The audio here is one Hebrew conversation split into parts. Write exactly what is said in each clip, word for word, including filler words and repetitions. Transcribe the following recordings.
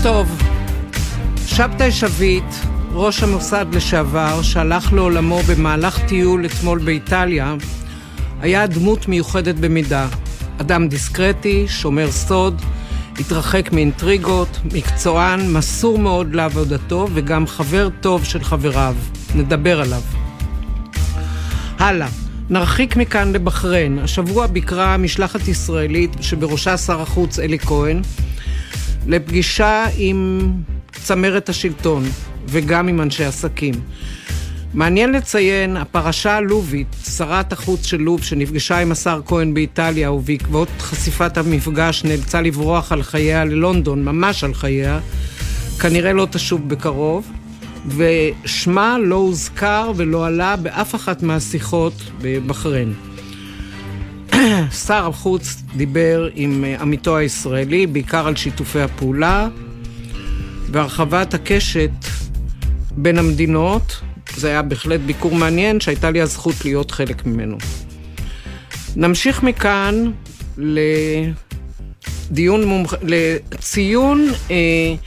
טוב, שבתאי שביט, ראש המוסד לשעבר, שהלך לעולמו במהלך טיול אתמול באיטליה, היה דמות מיוחדת במידה. אדם דיסקרטי, שומר סוד, התרחק מאינטריגות, מקצוען, מסור מאוד לעבודתו וגם חבר טוב של חבריו. נדבר עליו. הלאה, נרחיק מכאן לבחריין. השבוע ביקרה משלחת ישראלית שבראשה שר החוץ אלי כהן לפגישה עם צמרת השלטון וגם עם אנשי עסקים. מעניין לציין, הפרשה הלובית, שרת החוץ של לוב שנפגשה עם השר כהן באיטליה ובעקבות חשיפת המפגש נאלצה לברוח על חייה ללונדון, ממש על חייה, כנראה לא תשוב בקרוב, ושמה לא הוזכר ולא עלה באף אחת מהשיחות בבחריין. שר החוץ דיבר עם עמיתו הישראלי בעיקר על שיתופי הפעולה והרחבת הקשת בין המדינות. זה היה בהחלט ביקור מעניין שהייתה לי הזכות להיות חלק ממנו. נמשיך מכאן לדיון מומח... לציון, אה,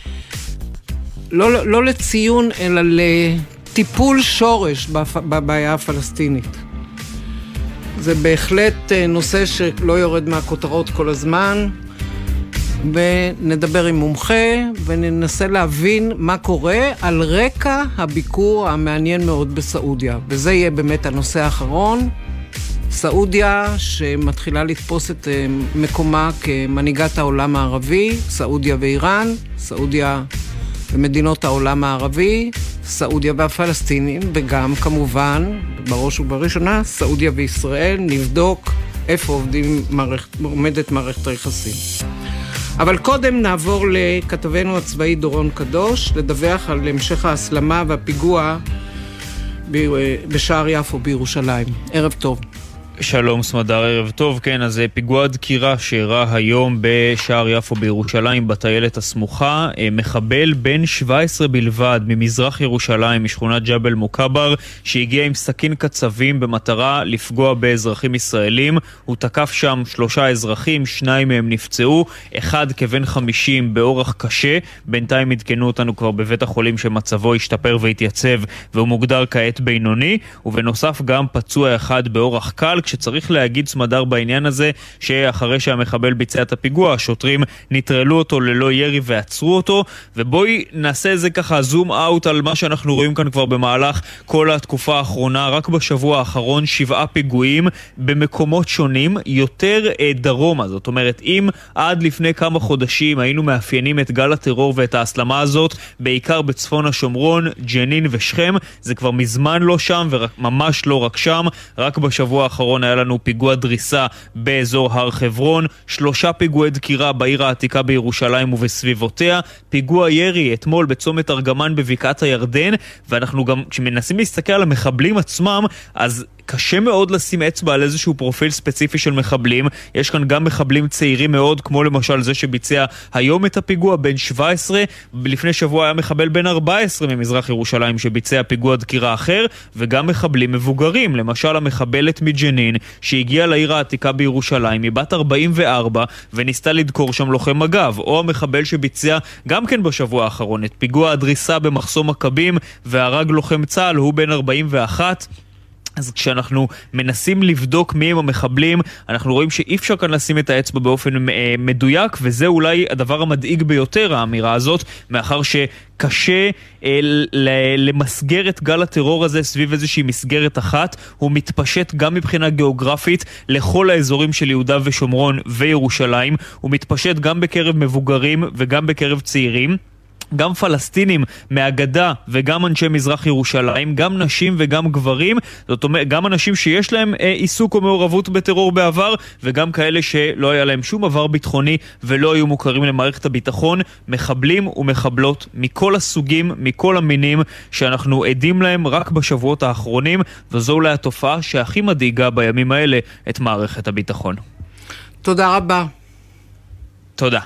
לא, לא לציון אלא לטיפול שורש בבעיה הפלסטינית. זה בהחלט נושא שלא יורד מהכותרות כל הזמן, ונדבר עם מומחה וננסה להבין מה קורה על רקע הביקור המעניין מאוד בסעודיה. וזה יהיה באמת הנושא האחרון. סעודיה שמתחילה לתפוס את מקומה כמנהיגת העולם הערבי, סעודיה ואיראן, סעודיה ומדינות העולם הערבי, סעודיה והפלסטינים, וגם כמובן, בראש ובראשונה, סעודיה וישראל. נבדוק איפה עובדים מערכת, עומדת מערכת היחסים. אבל קודם נעבור לכתבנו הצבאי דורון קדוש, לדווח על המשך ההסלמה והפיגוע בשער יפו בירושלים. ערב טוב. שלום סמדר, ערב טוב. כן, אז פיגוע דקירה שאירע היום בשער יפו בירושלים בטיילת הסמוכה. מחבל בן שבע עשרה בלבד ממזרח ירושלים, משכונת ג'בל מוקבר, שהגיע עם סכין קצבים במטרה לפגוע באזרחים ישראלים. הוא תקף שם שלושה אזרחים, שניים מהם נפצעו, אחד כבן חמישים באורח קשה. בינתיים עדכנו אותנו כבר בבית החולים שמצבו השתפר והתייצב והוא מוגדר כעת בינוני, ובנוסף גם פצוע אחד באורח קל, כשצריך להגיד סמדר בעניין הזה שאחרי שהמחבל ביצע את הפיגוע, השוטרים נטרלו אותו ללא ירי ועצרו אותו. ובואי נעשה איזה ככה זום אאוט על מה שאנחנו רואים כאן כבר במהלך כל התקופה האחרונה. רק בשבוע האחרון שבעה פיגועים במקומות שונים, יותר אה, דרומה. זאת אומרת, אם עד לפני כמה חודשים היינו מאפיינים את גל הטרור ואת ההסלמה הזאת בעיקר בצפון השומרון, ג'נין ושכם, זה כבר מזמן לא שם וממש לא רק שם. רק בשבוע האחרון היה לנו פיגוע דריסה באזור הר חברון, שלושה פיגועי דקירה בעיר העתיקה בירושלים ובסביבותיה, פיגוע ירי אתמול בצומת ארגמן בבקעת הירדן. ואנחנו גם, כשמנסים להסתכל על המחבלים עצמם, אז קשה מאוד לשים אצבע על איזשהו פרופיל ספציפי של מחבלים. יש כאן גם מחבלים צעירים מאוד, כמו למשל זה שביצע היום את הפיגוע, בן שבע עשרה. לפני שבוע היה מחבל בן ארבע עשרה ממזרח ירושלים שביצע פיגוע דקירה אחר, וגם מחבלים מבוגרים, למשל המחבלת מג'נין שהגיעה לעיר העתיקה בירושלים, היא בת ארבעים וארבע וניסתה לדקור שם לוחם מג"ב, או המחבל שביצע גם כן בשבוע האחרון את פיגוע הדריסה במחסום מכבים והרג לוחם צה"ל, הוא בן ארבעים ואחת. אז כשאנחנו מנסים לבדוק מי הם המחבלים, אנחנו רואים שאי אפשר כאן לשים את האצבע באופן מדויק, וזה אולי הדבר המדאיג ביותר, האמירה הזאת, מאחר שקשה אה, למסגר את גל הטרור הזה סביב איזושהי מסגרת אחת. הוא מתפשט גם מבחינה גיאוגרפית לכל האזורים של יהודה ושומרון וירושלים, הוא מתפשט גם בקרב מבוגרים וגם בקרב צעירים, גם פלסטינים מהגדה וגם אנשי מזרח ירושלים, גם נשים וגם גברים. זאת אומרת, גם אנשים שיש להם אה, עיסוק או מעורבות בטרור בעבר, וגם כאלה שלא היה להם שום עבר ביטחוני ולא היו מוכרים למערכת הביטחון. מחבלים ומחבלות מכל הסוגים, מכל המינים, שאנחנו עדים להם רק בשבועות האחרונים, וזו אולי התופעה שהכי מדאיגה בימים האלה את מערכת הביטחון. תודה רבה. תודה.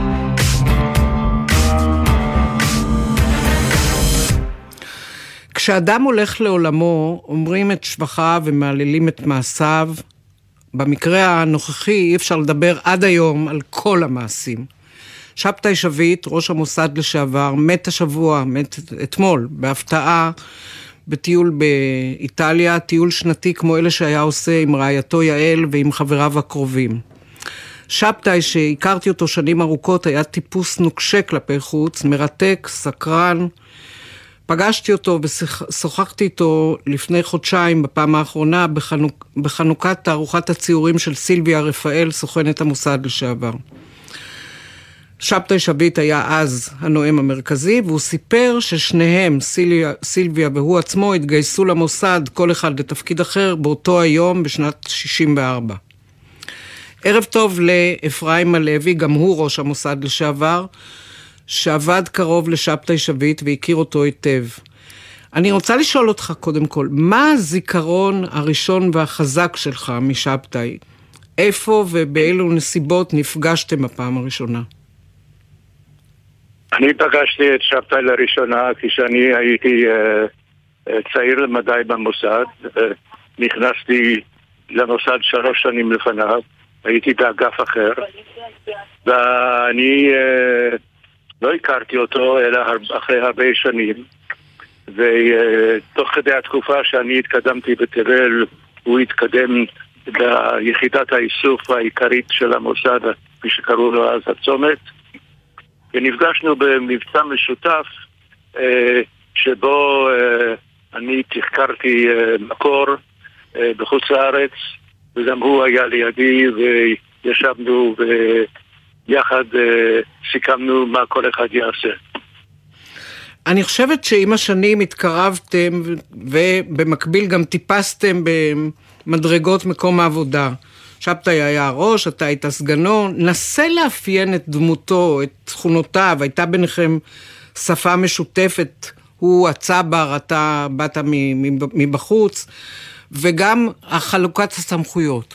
כשאדם הולך לעולמו, אומרים את שבחיו ומעללים את מעשיו. במקרה הנוכחי אי אפשר לדבר עד היום על כל המעשים. שבתאי שביט, ראש המוסד לשעבר, מת השבוע, מת אתמול, בהפתעה, בטיול באיטליה, טיול שנתי כמו אלה שהיה עושה עם רעייתו יעל ועם חבריו הקרובים. שבתאי, שהכרתי אותו שנים ארוכות, היה טיפוס נוקשה כלפי חוץ, מרתק, סקרן. פגשתי אותו ושוחחתי איתו לפני חודשיים, בפעם האחרונה, בחנוק, בחנוכת תערוכת הציורים של סילביה רפאל, סוכנת המוסד לשעבר. שבתאי שביט היה אז הנואם המרכזי, והוא סיפר ששניהם, סילביה, סילביה והוא עצמו, התגייסו למוסד, כל אחד לתפקיד אחר, באותו היום בשנת שישים וארבע. ערב טוב לאפרים הלוי, גם הוא ראש המוסד לשעבר, שעבד קרוב לשבתאי שביט והכיר אותו היטב. אני רוצה לשאול אותך קודם כל, מה הזיכרון הראשון והחזק שלך משבתאי? איפה ובאילו נסיבות נפגשתם הפעם הראשונה? אני פגשתי את שבתאי לראשונה כשאני הייתי uh, צעיר למדי במוסד. Uh, נכנסתי למוסד שלוש שנים לפניו, הייתי באגף אחר, ואני uh, לא הכרתי אותו אלא אחרי הרבה שנים, ותוך כדי התקופה שאני התקדמתי בתבל, הוא התקדם ביחידת האיסוף העיקרית של המוסד, כפי שקראו לו אז הצומת, ונפגשנו במבצע משותף שבו אני תחקרתי מקור בחוץ לארץ, וגם הוא היה לידי, וישבנו ויחד סיכמנו מה כל אחד יעשה. אני חושבת שעם השנים התקרבתם ובמקביל גם טיפסתם במדרגות מקום העבודה. שבתאי היה הראש, אתה היית סגנו, נסה לאפיין את דמותו, את תכונותיו, הייתה ביניכם שפה משותפת, הוא הצבר, אתה באת מבחוץ, וגם החלוקת הסמכויות.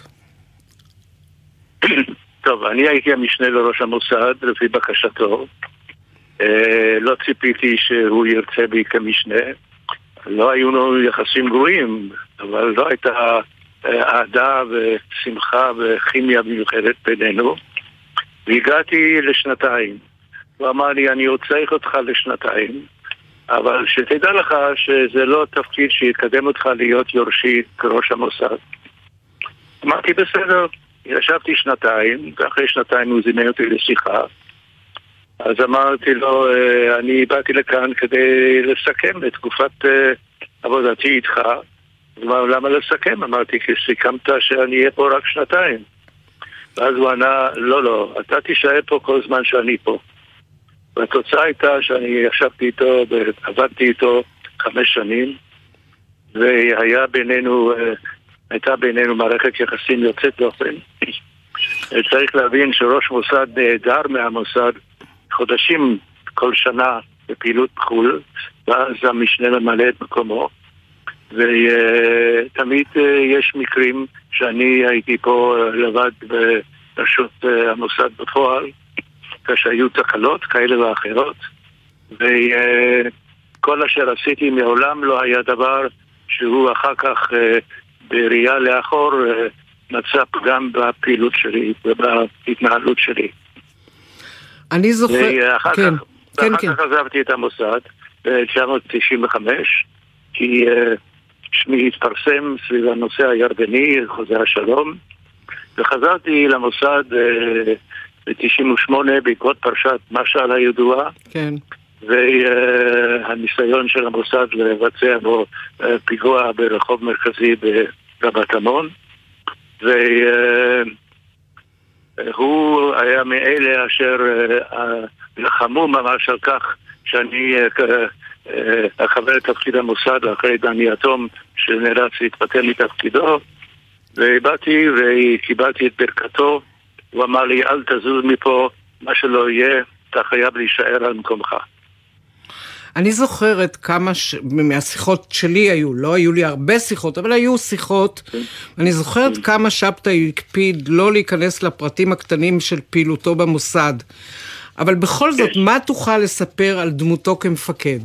טוב, אני הייתי המשנה לראש המוסד, לפי בקשתו, לא ציפיתי שהוא ירצה בי כמשנה, לא היו לנו יחסים גרועים, אבל לא הייתה אהדה ושמחה וכימיה מיוחדת בינינו, והגעתי לשנתיים. הוא אמר לי, אני צריך אותך לשנתיים, אבל שתדע לך שזה לא תפקיד שיקדם אותך להיות יורשי כראש המוסד. אמרתי, בסדר, ישבתי שנתיים, ואחרי שנתיים הוא זימן אותי לשיחה, אז אמרתי לו, אני באתי לכאן כדי לסכם את תקופת עבודתי איתך. הוא אמר, למה לסכם? אמרתי, כי סיכמת שאני אהיה פה רק שנתיים. ואז הוא ענה, לא, לא, אתה תישאר פה כל זמן שאני פה. והתוצאה הייתה שאני ישבתי איתו, עבדתי איתו חמש שנים, והיה בינינו, הייתה בינינו מערכת יחסים יוצאת דופן. צריך להבין שראש מוסד נעדר מהמוסד חודשים כל שנה בפעילות בחול, ואז המשנה למלא את מקומו. ותמיד יש מקרים שאני הייתי פה לבד ברשות המוסד בפועל, כשהיו תקלות כאלה ואחרות, וכל אשר עשיתי מעולם לא היה דבר שהוא אחר כך בראייה לאחור מצא פגם בפעילות שלי ובהתנהלות שלי. אני זוכר... ואחר כן, כך, כן, ואחר כן. כך עזבתי את המוסד ב-תשע מאות תשעים וחמש, כי uh, שמי התפרסם סביב הנושא הירדני, חוזה השלום, וחזרתי למוסד ב-תשעים ושמונה בעקבות פרשת משעל הידועה, כן. והניסיון של המוסד לבצע בו uh, פיגוע ברחוב מרכזי ברבת עמון, והוא uh, היה מאלה אשר uh, לחמו ממש על כך שאני uh, אכוון את תפקיד המוסד אחרי דני אטום שנאלץ להתפטר מתפקידו, ובאתי וקיבלתי את ברכתו. הוא אמר לי, אל תזוז מפה, מה שלא יהיה, אתה חייב להישאר על מקומך. אני זוכרת כמה ש... מהשיחות שלי היו, לא היו לי הרבה שיחות, אבל היו שיחות. אני זוכרת כמה שבתאי הקפיד לא להיכנס לפרטים הקטנים של פעילותו במוסד. אבל בכל זאת, מה תוכל לספר על דמותו כמפקד?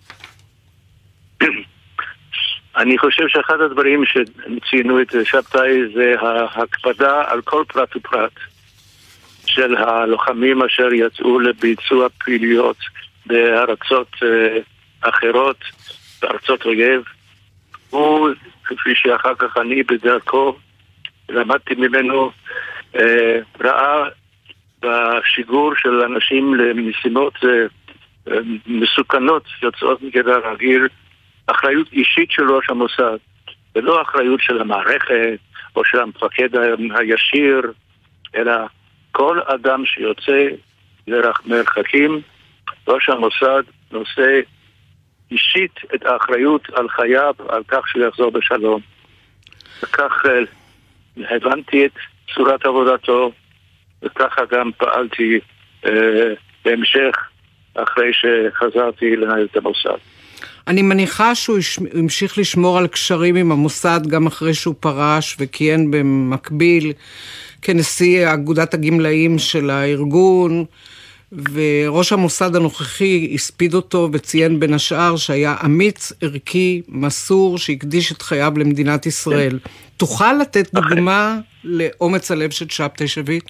אני חושב שאחד הדברים שציינו את שבתאי זה ההקפדה על כל פרט ופרט, של הלוחמים אשר יצאו לביצוע פעילויות בארצות אחרות, בארצות אויב. הוא, כפי שאחר כך אני בדרכו למדתי ממנו, ראה בשיגור של אנשים למשימות מסוכנות יוצאות מגדר הרגיל אחריות אישית של ראש המוסד, ולא אחריות של המערכת או של המפקד הישיר, אלא כל אדם שיוצא למרחקים, ראש המוסד נושא אישית את האחריות על חייו, על כך שהוא יחזור בשלום. וכך הבנתי את צורת עבודתו, וככה גם פעלתי אה, בהמשך אחרי שחזרתי לנהל את המוסד. אני מניחה שהוא המשיך לשמור על קשרים עם המוסד גם אחרי שהוא פרש וכיהן במקביל כנשיא אגודת הגמלאים של הארגון, וראש המוסד הנוכחי הספיד אותו וציין בין השאר שהיה אמיץ, ערכי, מסור, שהקדיש את חייו למדינת ישראל. כן. תוכל לתת דוגמה לאומץ הלב של שבתאי שביט?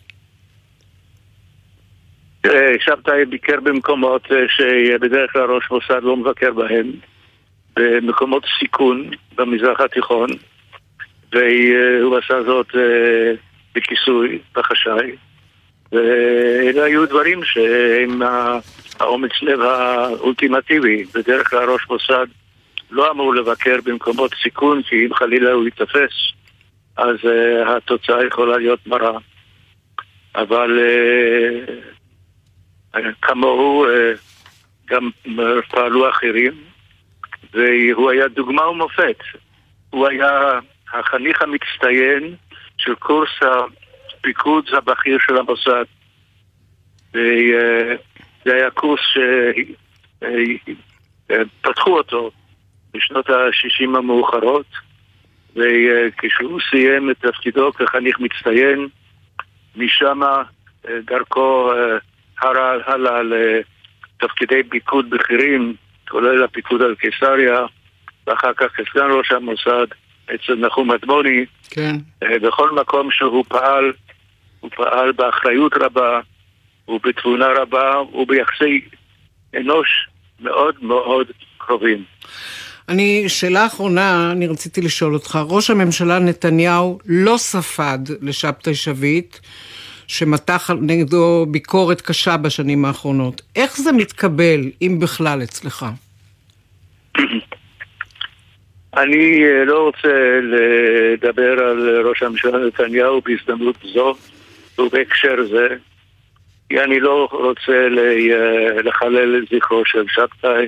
שבתאי ביקר במקומות שבדרך כלל ראש מוסד לא מבקר בהם, במקומות סיכון במזרח התיכון, והוא עשה זאת בכיסוי, בחשאי, ואלה היו דברים שהם האומץ לב האולטימטיבי. בדרך כלל ראש מוסד לא אמור לבקר במקומות סיכון, כי אם חלילה הוא יתפס, אז התוצאה יכולה להיות מרה. אבל כמוהו גם פעלו אחרים, והוא היה דוגמה ומופת. הוא היה החניך המצטיין של קורס הפיקוד הבכיר של המוסד. וזה היה קורס שפתחו אותו בשנות ה-שישים המאוחרות, וכשהוא סיים את תפקידו כחניך מצטיין, משם דרכו הלאה לתפקידי פיקוד בכירים, כולל הפיקוד על קיסריה, ואחר כך כסגן ראש המוסד אצל נחום אדמוני. כן. בכל מקום שהוא פעל, הוא פעל באחריות רבה, ובתבונה רבה, וביחסי אנוש מאוד מאוד קרובים. אני, שאלה אחרונה, אני רציתי לשאול אותך, ראש הממשלה נתניהו לא ספד לשבתאי שביט, שמתח נגדו ביקורת קשה בשנים האחרונות. איך זה מתקבל, אם בכלל, אצלך? אני לא רוצה לדבר על ראש הממשלה נתניהו בהזדמנות זו, ובהקשר זה, כי אני לא רוצה לחלל את זכרו של שבתאי,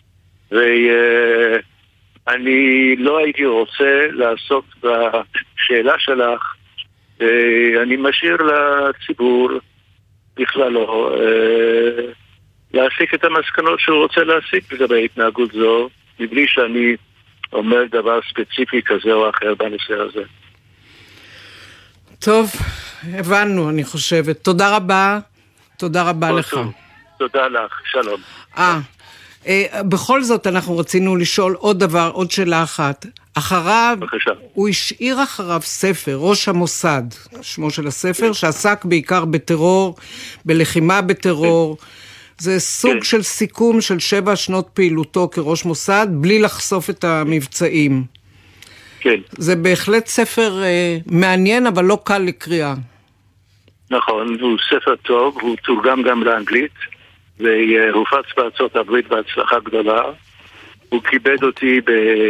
ואני לא הייתי רוצה לעסוק בשאלה שלך, אני משאיר לציבור בכללו להסיק את המסקנות שהוא רוצה להסיק לגבי התנהגות זו, מבלי שאני אומר דבר ספציפי כזה או אחר בנושא הזה. טוב, הבנו, אני חושבת. תודה רבה, תודה רבה לך. תודה לך, שלום. אה, בכל זאת אנחנו רצינו לשאול עוד דבר, עוד שאלה אחת. אחריו, בבקשה. הוא השאיר אחריו ספר, ראש המוסד, שמו של הספר, שעסק בעיקר בטרור, בלחימה בטרור. זה סוג של סיכום של שבע שנות פעילותו כראש מוסד, בלי לחשוף את המבצעים. כן. זה בהחלט ספר אה, מעניין, אבל לא קל לקריאה. נכון, הוא ספר טוב, הוא תורגם גם לאנגלית, והופץ בארצות הברית בהצלחה גדולה. הוא כיבד אותי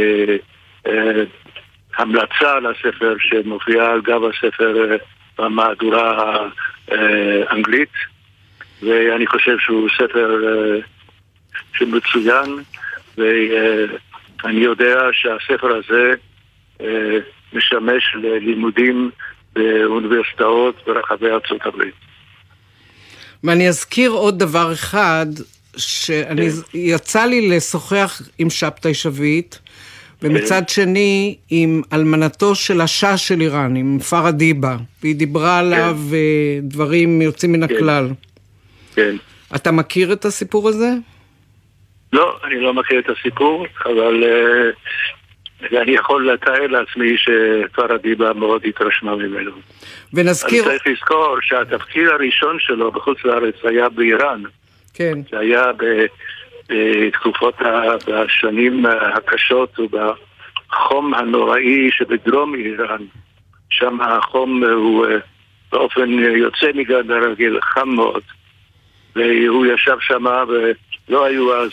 בהמלצה על הספר שמופיעה על גב הספר במהדורה האנגלית, ואני חושב שהוא ספר שמצוין, ואני יודע שהספר הזה משמש ללימודים באוניברסיטאות ברחבי ארצות הברית. ואני אזכיר עוד דבר אחד, שאני יצא לי לשוחח עם שבתאי שביט, ומצד שני עם אלמנתו של השאה של איראן, עם פרדיבה, והיא דיברה עליו דברים יוצאים מן הכלל. כן. אתה מכיר את הסיפור הזה? לא, אני לא מכיר את הסיפור, אבל ואני יכול לתאר לעצמי שכפר הביבה מאוד התרשמה ממנו. ונזכיר... אני צריך לזכור שהתפקיד הראשון שלו בחוץ לארץ היה באיראן. כן. זה היה בתקופות השנים הקשות ובחום הנוראי שבדרום איראן. שם החום הוא באופן יוצא מגדר הרגיל חם מאוד. והוא ישב שם ולא היו אז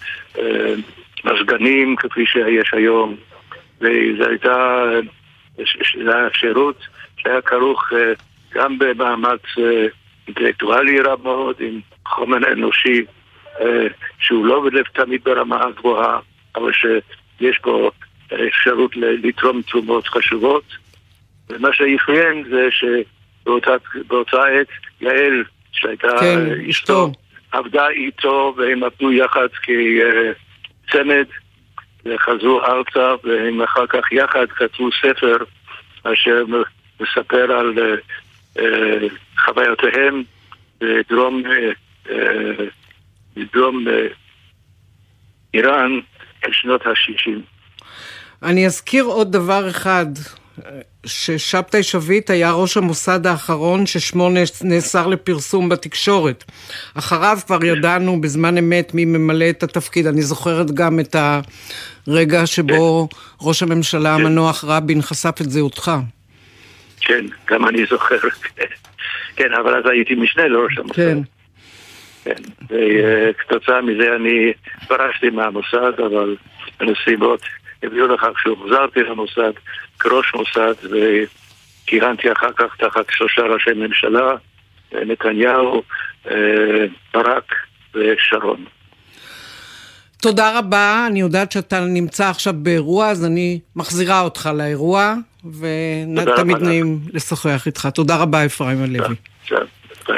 מזגנים כפי שיש היום. וזו הייתה שירות שהיה כרוך גם במאמץ אינטלקטואלי רב מאוד, עם חומר אנושי שהוא לא בלב תמיד ברמה הגבוהה, אבל שיש פה אפשרות לתרום תרומות חשובות. ומה שהפריע זה שבאותה עת יעל, שהייתה כן, אשתו, עבדה איתו והם עבדו יחד כצמד וחזרו ארצה, והם אחר כך יחד כתבו ספר אשר מספר על uh, uh, חוויותיהם בדרום uh, בדרום uh, איראן בשנות ה-שישים. אני אזכיר עוד דבר אחד, ששבתאי שביט היה ראש המוסד האחרון ששמו נאסר לפרסום בתקשורת. אחריו כבר ידענו בזמן אמת מי ממלא את התפקיד. אני זוכרת גם את הרגע שבו ראש הממשלה המנוח רבין חשף את זהותך. כן, גם אני זוכר. כן, אבל אז הייתי משנה לראש המוסד. כן. כן, וכתוצאה מזה אני פרשתי מהמוסד, אבל הנסיבות הביאו לכך שהוחזרתי למוסד כראש מוסד, וכיהנתי אחר כך תחת שלושה ראשי ממשלה, נתניהו, ברק ושרון. תודה רבה, אני יודעת שאתה נמצא עכשיו באירוע, אז אני מחזירה אותך לאירוע, ותמיד נעים לשוחח איתך. תודה רבה, אפרים הלוי. תודה, תודה.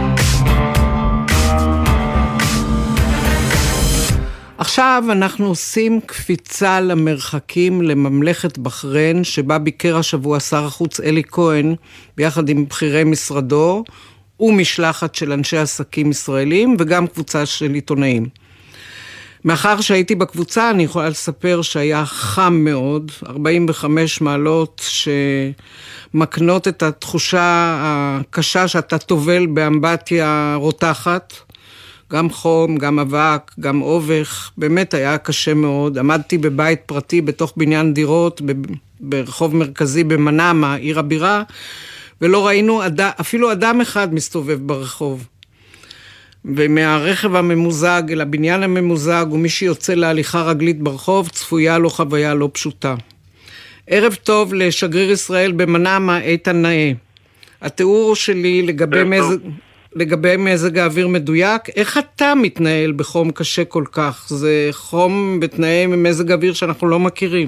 עכשיו אנחנו עושים קפיצה למרחקים לממלכת בחריין, שבה ביקר השבוע שר החוץ אלי כהן, ביחד עם בחירי משרדו, ומשלחת של אנשי עסקים ישראלים, וגם קבוצה של עיתונאים. מאחר שהייתי בקבוצה, אני יכולה לספר שהיה חם מאוד, ארבעים וחמש מעלות שמקנות את התחושה הקשה שאתה תובל באמבטיה רותחת, גם חום, גם אבק, גם אובך, באמת היה קשה מאוד. עמדתי בבית פרטי בתוך בניין דירות, ברחוב מרכזי במנאמה, עיר הבירה, ולא ראינו אד... אפילו אדם אחד מסתובב ברחוב. ומהרכב הממוזג אל הבניין הממוזג, ומי שיוצא להליכה רגלית ברחוב, צפויה לו חוויה לא פשוטה. ערב טוב לשגריר ישראל במנאמה, איתן נאה. התיאור שלי לגבי מזג... לגבי מזג האוויר מדויק, איך אתה מתנהל בחום קשה כל כך? זה חום בתנאי מזג האוויר שאנחנו לא מכירים.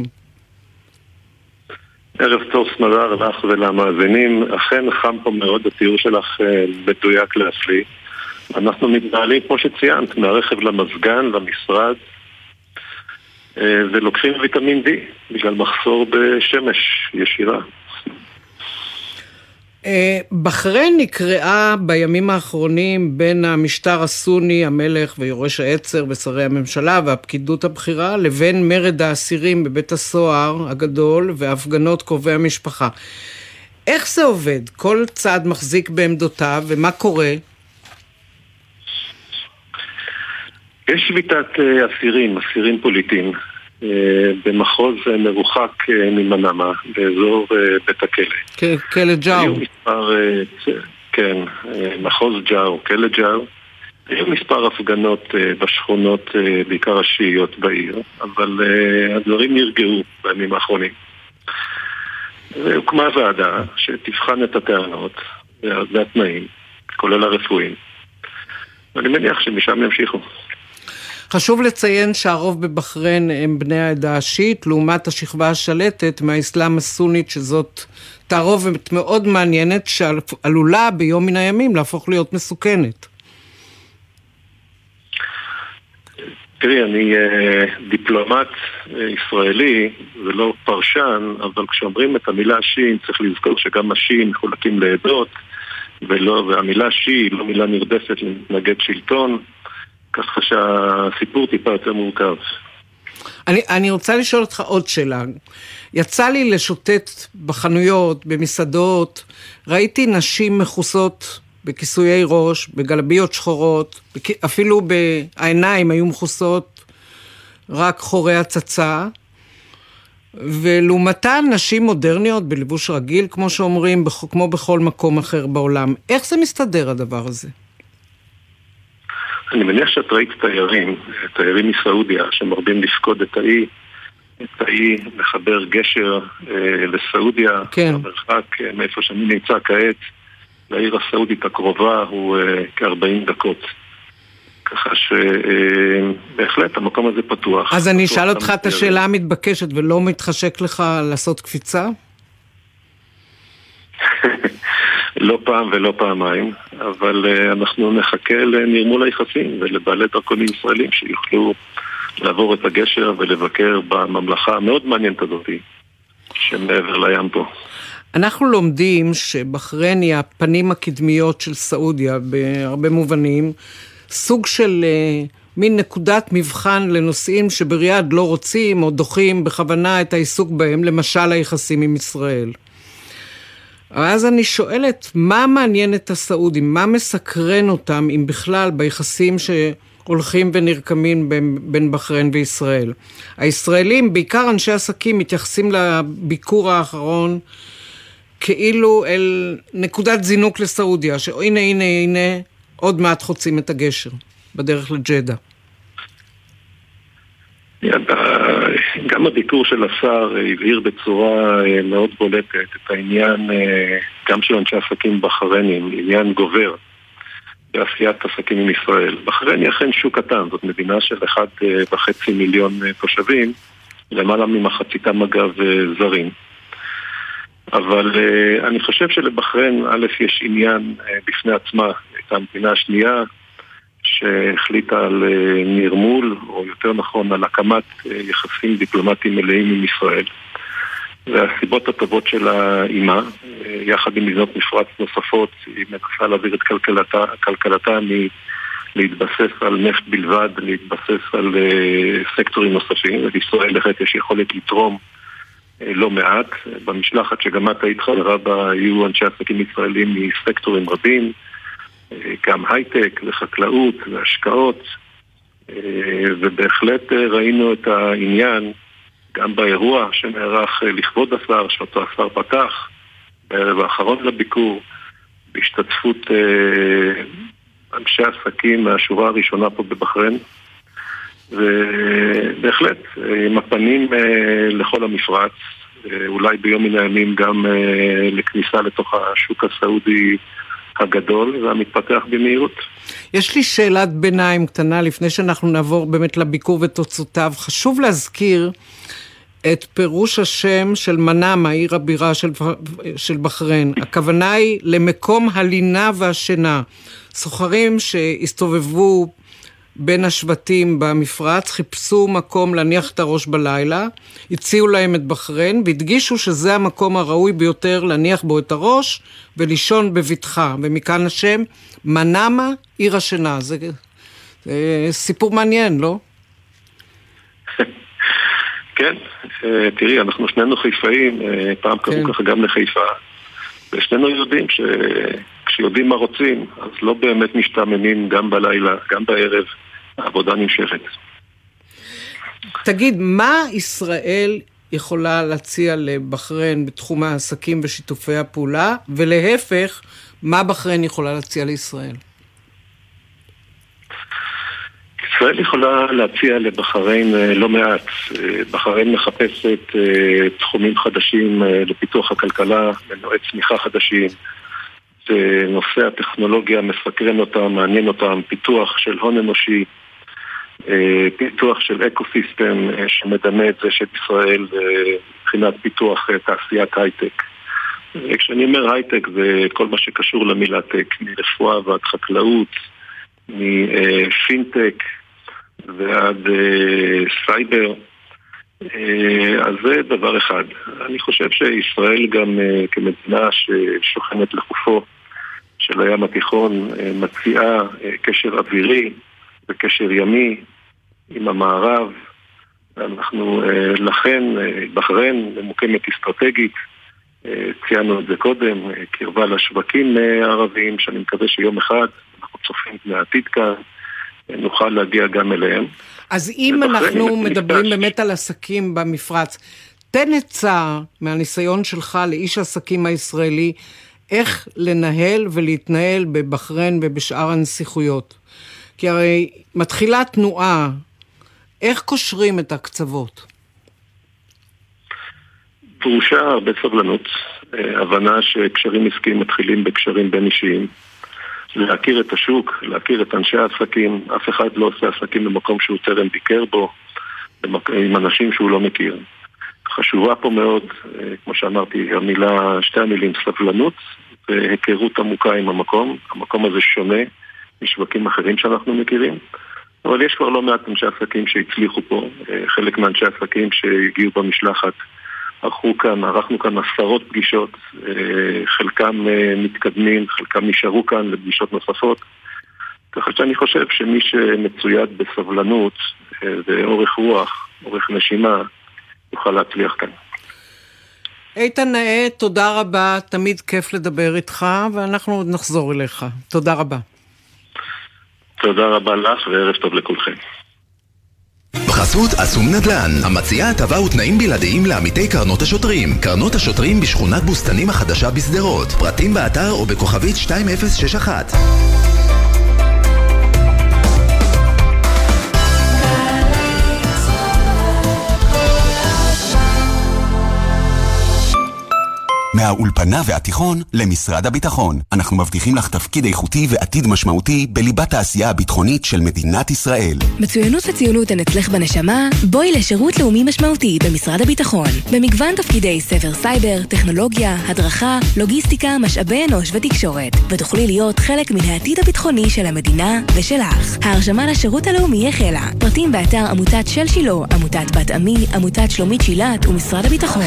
ערב טוב סמדר לך ולמאזינים, אכן חם פה מאוד, התיאור שלך מדויק להפליא. אנחנו מתנהלים כמו שציינת, מהרכב למזגן, למשרד, ולוקחים ויטמין D, בגלל מחסור בשמש ישירה. בחריין נקראה בימים האחרונים בין המשטר הסוני, המלך ויורש העצר ושרי הממשלה והפקידות הבכירה, לבין מרד האסירים בבית הסוהר הגדול והפגנות קרובי המשפחה. איך זה עובד? כל צד מחזיק בעמדותיו, ומה קורה? יש שביתת אסירים, אסירים פוליטיים, במחוז מרוחק ממנאמה, באזור בית הכלא. כלא ג'או. כן, מחוז ג'או, כלא ג'או. היו מספר הפגנות בשכונות, בעיקר השיעיות בעיר, אבל הדברים נרגעו בימים האחרונים. והוקמה ועדה שתבחן את הטענות והתנאים, כולל הרפואיים. ואני מניח שמשם ימשיכו. חשוב לציין שהרוב בבחריין הם בני העדה השיעית, לעומת השכבה השלטת מהאסלאם הסונית, שזאת תערובת מאוד מעניינת, שעלולה ביום מן הימים להפוך להיות מסוכנת. תראי, אני דיפלומט ישראלי ולא פרשן, אבל כשאומרים את המילה שיעים צריך לזכור שגם השיעים מחולקים לעדות, ולא, והמילה שיעי לא מילה נרדפת למתנגד שלטון, ככה שהסיפור טיפה יותר מורכב. אני, אני רוצה לשאול אותך עוד שאלה. יצא לי לשוטט בחנויות, במסעדות, ראיתי נשים מכוסות בכיסויי ראש, בגלביות שחורות, אפילו בעיניים היו מכוסות רק חורי הצצה, ולעומתן נשים מודרניות בלבוש רגיל, כמו שאומרים, כמו בכל מקום אחר בעולם. איך זה מסתדר הדבר הזה? אני מניח שאת ראית תיירים, תיירים מסעודיה, שמרבים לפקוד את האי, את האי מחבר גשר אה, לסעודיה, כן. המרחק אה, מאיפה שאני נמצא כעת, לעיר הסעודית הקרובה הוא אה, כ-ארבעים דקות. ככה שבהחלט אה, המקום הזה פתוח. אז פתוח אני אשאל אותך את השאלה המתבקשת, ולא מתחשק לך לעשות קפיצה? לא פעם ולא פעמיים, אבל uh, אנחנו נחכה לנרמול היחסים ולבעלי דרכונים ישראלים שיוכלו לעבור את הגשר ולבקר בממלכה המאוד מעניינת הזאת שמעבר לים פה. אנחנו לומדים שבחריין היא הפנים הקדמיות של סעודיה בהרבה מובנים, סוג של uh, מין נקודת מבחן לנושאים שבריאד לא רוצים או דוחים בכוונה את העיסוק בהם, למשל היחסים עם ישראל. אז אני שואלת, מה מעניין את הסעודים? מה מסקרן אותם, אם בכלל, ביחסים שהולכים ונרקמים בין, בין בחריין וישראל? הישראלים, בעיקר אנשי עסקים, מתייחסים לביקור האחרון כאילו אל נקודת זינוק לסעודיה, שהנה, הנה, הנה, עוד מעט חוצים את הגשר בדרך לג'דה. גם הביקור של השר הבהיר בצורה מאוד בולטת את העניין גם של אנשי עסקים בחריינים, עניין גובר בעשיית עסקים עם ישראל. בחריין היא אכן שוק קטן, זאת מדינה של אחד וחצי מיליון תושבים, למעלה ממחציתם אגב זרים. אבל אני חושב שלבחריין א' יש עניין בפני עצמה, את המדינה השנייה שהחליטה על נרמול, או יותר נכון על הקמת יחסים דיפלומטיים מלאים עם ישראל. והסיבות הטובות שלה אימה, יחד עם מדינות מפרץ נוספות, היא מנסה להעביר את כלכלתה, כלכלתה להתבסס על נפט בלבד, להתבסס על סקטורים נוספים, ולישראל לכת יש יכולת לתרום לא מעט. במשלחת שגם את היית חברה בה, היו אנשי עסקים ישראלים מסקטורים רבים, גם הייטק וחקלאות והשקעות, ובהחלט ראינו את העניין גם באירוע שנערך לכבוד השר, שאותו השר פתח בערב האחרון לביקור, בהשתתפות אנשי עסקים מהשורה הראשונה פה בבחריין, ובהחלט עם הפנים לכל המפרץ, אולי ביום מן הימים גם לכניסה לתוך השוק הסעודי הגדול והמתפתח במהירות. יש לי שאלת ביניים קטנה לפני שאנחנו נעבור באמת לביקור ותוצאותיו. חשוב להזכיר את פירוש השם של מנאמה, עיר הבירה של, של בחריין. הכוונה היא למקום הלינה והשינה. סוחרים שהסתובבו בין השבטים במפרץ, חיפשו מקום להניח את הראש בלילה, הציעו להם את בחריין, והדגישו שזה המקום הראוי ביותר להניח בו את הראש, ולישון בביטחה, ומכאן השם, מנאמה, עיר השינה. זה, זה סיפור מעניין, לא? כן, תראי, אנחנו שנינו חיפאים, פעם קראו ככה גם לחיפה, ושנינו יודעים שכשיודעים מה רוצים, אז לא באמת משתעממים גם בלילה, גם בערב, העבודה נמשכת. תגיד, מה ישראל יכולה להציע לבחריין בתחום העסקים ושיתופי הפעולה, ולהפך, מה בחריין יכולה להציע לישראל? ישראל יכולה להציע לבחריין לא מעט. בחריין מחפשת תחומים חדשים לפיתוח הכלכלה, מנועי צמיחה חדשים. נושא הטכנולוגיה מסקרן אותם, מעניין אותם, פיתוח של הון אנושי, פיתוח של אקוסיסטם שמדמה את זה של ישראל מבחינת פיתוח תעשיית הייטק. כשאני אומר הייטק זה כל מה שקשור למילה טק, מרפואה ועד חקלאות, מפינטק ועד סייבר. אז זה דבר אחד. אני חושב שישראל גם כמדינה ששוכנת לחופו של הים התיכון מציעה קשר אווירי וקשר ימי עם המערב, אנחנו לכן, בחריין ממוקמת אסטרטגית, ציינו את זה קודם, קרבה לשווקים ערביים, שאני מקווה שיום אחד אנחנו צופים מהעתיד כאן, נוכל להגיע גם אליהם. אז אם אנחנו מדברים באמת על עסקים במפרץ, תן עצה מהניסיון שלך לאיש העסקים הישראלי, איך לנהל ולהתנהל בבחריין ובשאר הנסיכויות. כי הרי מתחילה תנועה, איך קושרים את הקצוות? דרושה הרבה סבלנות, הבנה שקשרים עסקיים מתחילים בקשרים בין אישיים, להכיר את השוק, להכיר את אנשי העסקים, אף אחד לא עושה עסקים במקום שהוא טרם ביקר בו, עם אנשים שהוא לא מכיר. חשובה פה מאוד, כמו שאמרתי, המילה, שתי המילים, סבלנות והיכרות עמוקה עם המקום. המקום הזה שונה משווקים אחרים שאנחנו מכירים, אבל יש כבר לא מעט אנשי עסקים שהצליחו פה. חלק מהאנשי עסקים שהגיעו במשלחת ערכו כאן, ערכנו כאן עשרות פגישות, חלקם מתקדמים, חלקם נשארו כאן לפגישות נוספות. ככה שאני חושב שמי שמצויד בסבלנות ואורך רוח, אורך נשימה, יוכל להצליח כאן. איתן נאה, תודה רבה, תמיד כיף לדבר איתך, ואנחנו עוד נחזור אליך. תודה רבה. תודה רבה לך, וערב טוב לכולכם. בחסות אסום נדל"ן, המציעה הטבה ותנאים בלעדיים לעמיתי קרנות השוטרים. קרנות השוטרים בשכונת בוסתנים החדשה בסדרות. פרטים באתר או בכוכבית שתיים אפס שש אחת. מהאולפנה והתיכון למשרד הביטחון. אנחנו מבטיחים לך תפקיד איכותי ועתיד משמעותי בליבת העשייה הביטחונית של מדינת ישראל. מצוינות וציונות הן אצלך בנשמה, בואי לשירות לאומי משמעותי במשרד הביטחון. במגוון תפקידי ספר סייבר, טכנולוגיה, הדרכה, לוגיסטיקה, משאבי אנוש ותקשורת. ותוכלי להיות חלק מן העתיד הביטחוני של המדינה ושלך. ההרשמה לשירות הלאומי החלה. פרטים באתר עמותת של שילה, עמותת בת עמי, עמותת שלומית שילת ומשרד הביטחון.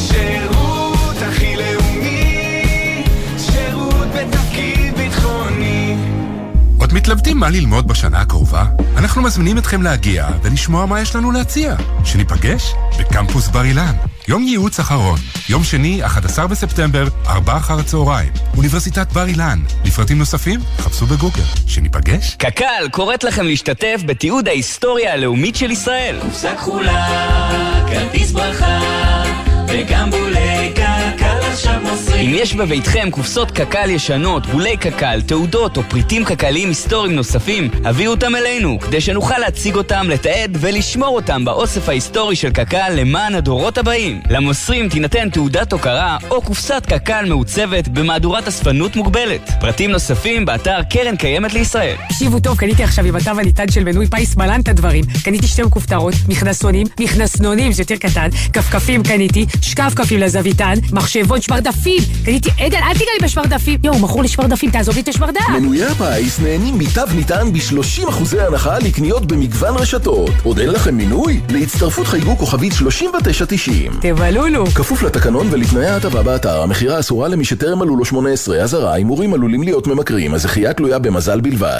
הכי לאומי, שירות בתפקיד ביטחוני. עוד מתלבטים מה ללמוד בשנה הקרובה? אנחנו מזמינים אתכם להגיע ולשמוע מה יש לנו להציע. שניפגש בקמפוס בר אילן. יום ייעוץ אחרון, יום שני, אחד עשר בספטמבר, ארבע אחר הצהריים. אוניברסיטת בר אילן. לפרטים נוספים, חפשו בגוגל. שניפגש? קק"ל קוראת לכם להשתתף בתיעוד ההיסטוריה הלאומית של ישראל. קופסה כחולה, כרטיס ברכה, וגם בולי קק"ל עכשיו מוסרים. אם יש בביתכם קופסות קק"ל ישנות, בולי קק"ל, תעודות או פריטים קק"ליים היסטוריים נוספים, הביאו אותם אלינו, כדי שנוכל להציג אותם, לתעד ולשמור אותם באוסף ההיסטורי של קק"ל למען הדורות הבאים. למוסרים תינתן תעודת הוקרה או קופסת קק"ל מעוצבת במהדורת אספנות מוגבלת. פרטים נוספים באתר קרן קיימת לישראל. תקשיבו טוב, קניתי עכשיו עם התו הניתן של מנוי פיס מלן את הדברים. קניתי שתי כופתרות, מכנסונים, מכנסנונים, זה יותר קטן, כפכפים קניתי, שקף כפים לזוויתן, מחשבון שמרדפים. קניתי, עדן, אל תיגע לי בשמרדפים. יואו, מכור לי שמרדפים, תעזוב לי את השמרדף. מנויי הפיס נהנים מתו ניתן ב-שלושים אחוז הנחה לקניות במגוון רשתות. עוד אין לכם מינוי? להצטרפות חייגו כוכבית שלושים ותשע תשעים. תבלולו. כפוף לתקנון ולתנאי ההטבה באתר. המחירה אסורה למי שטרם מלאו לו שמונה עשרה. אזהרה, הימורים עלולים להיות ממכרים. הזכייה תלויה במזל בלבד.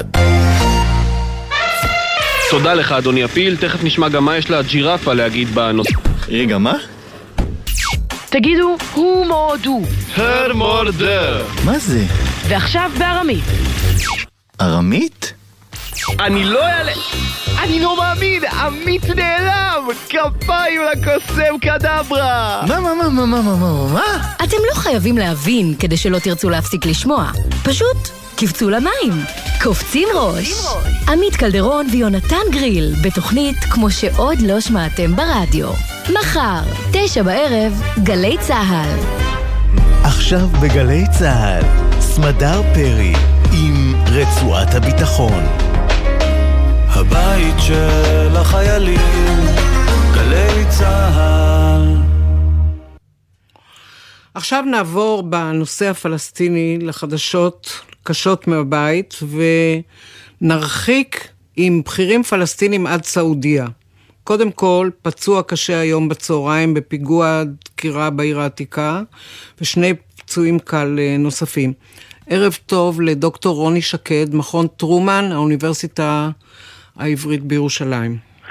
תודה לך אדוני הפיל, תכף נשמע גם מה יש לה ג'ירפה להגיד בנושא. רגע, מה? תגידו, הוא מורדו. הר מורדר. מה זה? ועכשיו בארמית. ארמית? אני לא אעלה... אני לא מאמין, עמית נעלם! כפיים לקוסם קדברה! מה, מה, מה, מה, מה, מה, מה, מה? אתם לא חייבים להבין כדי שלא תרצו להפסיק לשמוע. פשוט קפצו למים. קופצים ראש. עמית קלדרון ויונתן גריל, בתוכנית כמו שעוד לא שמעתם ברדיו. מחר, תשע בערב, גלי צהל. עכשיו בגלי צהל, סמדר פרי עם רצועת הביטחון. הבית של החיילים, גלי צהל. עכשיו נעבור בנושא הפלסטיני לחדשות קשות מהבית, ונרחיק עם בכירים פלסטינים עד סעודיה. קודם כל, פצוע קשה היום בצהריים בפיגוע דקירה בעיר העתיקה, ושני פצועים קל נוספים. ערב טוב לדוקטור רוני שקד, מכון טרומן, האוניברסיטה העברית בירושלים.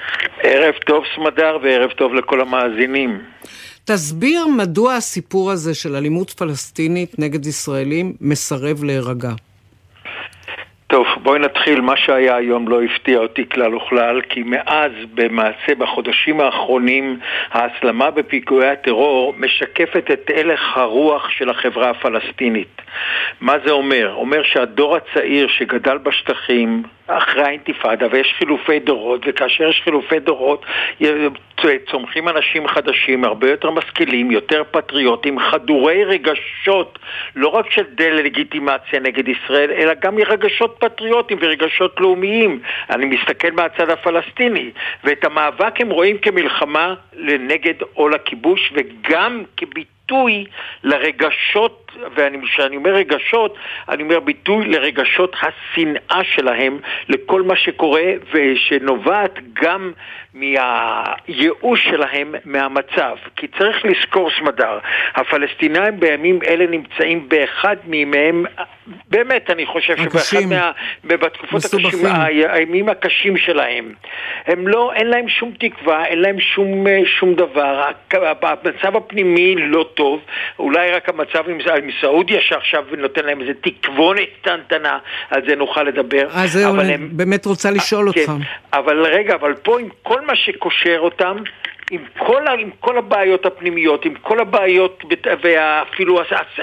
ערב טוב סמדר וערב טוב לכל המאזינים. תסביר מדוע הסיפור הזה של אלימות פלסטינית נגד ישראלים מסרב להירגע. טוב, בואי נתחיל. מה שהיה היום לא הפתיע אותי כלל וכלל, כי מאז במעשה בחודשים האחרונים ההסלמה בפיגועי הטרור משקפת את הלך הרוח של החברה הפלסטינית. מה זה אומר? אומר שהדור הצעיר שגדל בשטחים אחרי האינתיפאדה, ויש חילופי דורות, וכאשר יש חילופי דורות צומחים אנשים חדשים, הרבה יותר משכילים, יותר פטריוטים, חדורי רגשות, לא רק של דלגיטימציה נגד ישראל, אלא גם רגשות פטריוטים ורגשות לאומיים. אני מסתכל מהצד הפלסטיני, ואת המאבק הם רואים כמלחמה לנגד עול הכיבוש, וגם כביטוי לרגשות, וכשאני אומר רגשות, אני אומר ביטוי לרגשות השנאה שלהם לכל מה שקורה, ושנובעת גם מהייאוש שלהם מהמצב. כי צריך לזכור סמדר, הפלסטינאים בימים אלה נמצאים באחד מימיהם, באמת אני חושב שבאחד מה, בתקופות הקשים, הימים הקשים שלהם. הם לא, אין להם שום תקווה, אין להם שום, שום דבר. המצב הפנימי לא טוב, אולי רק המצב עם, עם סעודיה שעכשיו נותן להם איזה תקוונת קטנטנה, על זה נוכל לדבר. אז זהו, אני הם... באמת רוצה לשאול כן, אותך. אבל רגע, אבל פה עם כל מה שקושר אותם, עם כל, עם כל הבעיות הפנימיות, עם כל הבעיות ואפילו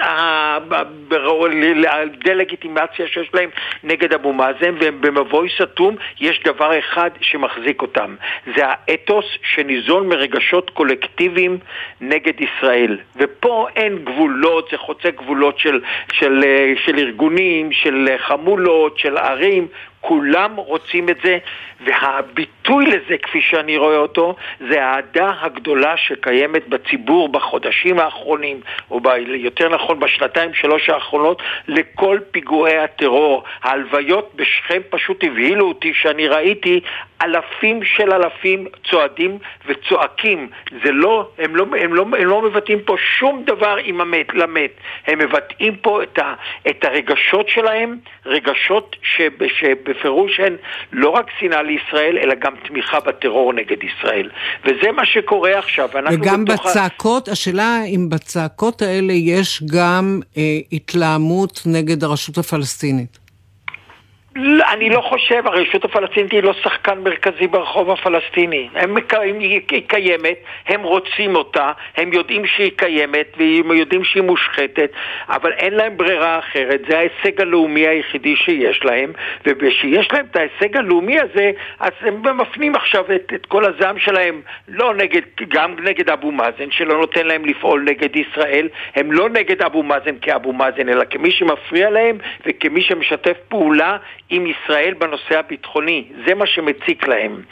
הדלגיטימציה שיש להם נגד אבו מאזן, והם במבוי סתום, יש דבר אחד שמחזיק אותם. זה האתוס שניזון מרגשות קולקטיביים נגד ישראל. ופה אין גבולות, זה חוצה גבולות של, של, של ארגונים, של חמולות, של ערים, כולם רוצים את זה, והביטוי לזה, כפי שאני רואה אותו, זה האהדה הגדולה שקיימת בציבור בחודשים האחרונים, או ב, יותר נכון בשנתיים שלוש האחרונות, לכל פיגועי הטרור. ההלוויות בשכם פשוט הבהילו אותי, שאני ראיתי אלפים של אלפים צועדים וצועקים. זה לא, הם לא, הם לא, הם לא מבטאים פה שום דבר עם המת, למת. הם מבטאים פה את, ה, את הרגשות שלהם, רגשות שב, שבפירוש הן לא רק שנאה לישראל, אלא גם תמיכה בטרור נגד ישראל. וזה מה שקורה עכשיו. וגם בצעקות, ה... השאלה אם בצעקות האלה יש גם אה, התלהמות נגד הרשות הפלסטינית. אני לא חושב, הרשות הפלסטינית היא לא שחקן מרכזי ברחוב הפלסטיני. הם, היא קיימת, הם רוצים אותה, הם יודעים שהיא קיימת והם יודעים שהיא מושחתת, אבל אין להם ברירה אחרת. זה ההישג הלאומי היחידי שיש להם, ובשיש להם את ההישג הלאומי הזה, אז הם מפנים עכשיו את, את כל הזעם שלהם, לא נגד, גם נגד אבו מאזן, שלא נותן להם לפעול נגד ישראל. הם לא נגד אבו מאזן כאבו מאזן, אלא כמי שמפריע להם וכמי שמשתף פעולה עם ישראל בנושא הביטחוני. זה מה שמציק להם.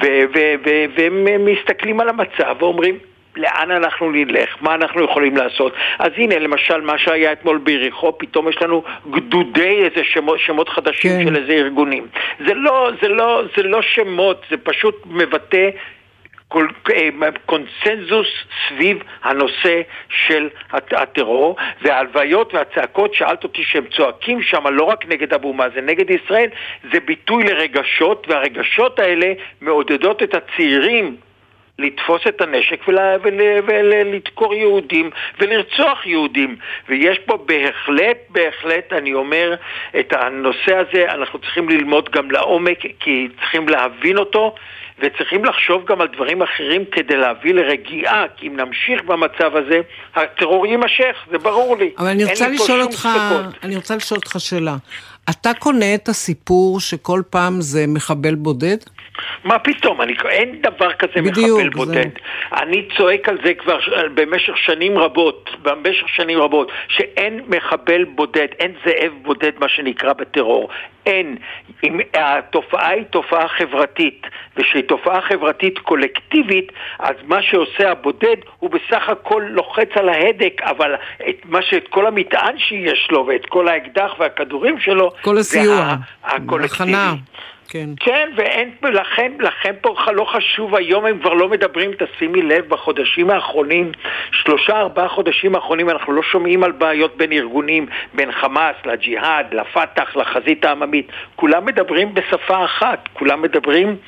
והם מסתכלים על המצב ואומרים, לאן אנחנו נלך? מה אנחנו יכולים לעשות? אז הנה, למשל, מה שהיה אתמול ביריחו, פתאום יש לנו גדודי איזה שמות, שמות חדשים כן. של איזה ארגונים. זה לא, זה לא, זה לא שמות, זה פשוט מבטא כל, קונסנזוס סביב הנושא של הטרור, וההלוויות והצעקות, שאלת אותי שהם צועקים שם לא רק נגד אבו מאזן, נגד ישראל, זה ביטוי לרגשות, והרגשות האלה מעודדות את הצעירים לתפוס את הנשק ולדקור יהודים ולרצוח יהודים. ויש פה בהחלט, בהחלט, אני אומר, את הנושא הזה אנחנו צריכים ללמוד גם לעומק, כי צריכים להבין אותו, וצריכים לחשוב גם על דברים אחרים כדי להביא לרגיעה, כי אם נמשיך במצב הזה, הטרור יימשך, זה ברור לי. אבל אני רוצה לשאול אותך, אני רוצה לשאול אותך שאלה. אתה קונה את הסיפור שכל פעם זה מחבל בודד? מה פתאום? אני, אין דבר כזה בדיוק, מחבל בודד. זה... אני צועק על זה כבר במשך שנים רבות, במשך שנים רבות, שאין מחבל בודד, אין זאב בודד מה שנקרא בטרור. אין. אם התופעה היא תופעה חברתית, ושהיא תופעה חברתית קולקטיבית, אז מה שעושה הבודד הוא בסך הכל לוחץ על ההדק, אבל את מה שאת כל המטען שיש לו, ואת כל האקדח והכדורים שלו, כל הסיוע, הקולקטיבי. כן. כן, ואין, לכן, לכן פה לא חשוב, היום הם כבר לא מדברים, תשימי לב, בחודשים האחרונים, שלושה, ארבעה חודשים האחרונים, אנחנו לא שומעים על בעיות בין ארגונים, בין חמאס, לג'יהאד, לפתח, לחזית העממית. כולם מדברים בשפה אחת, כולם מדברים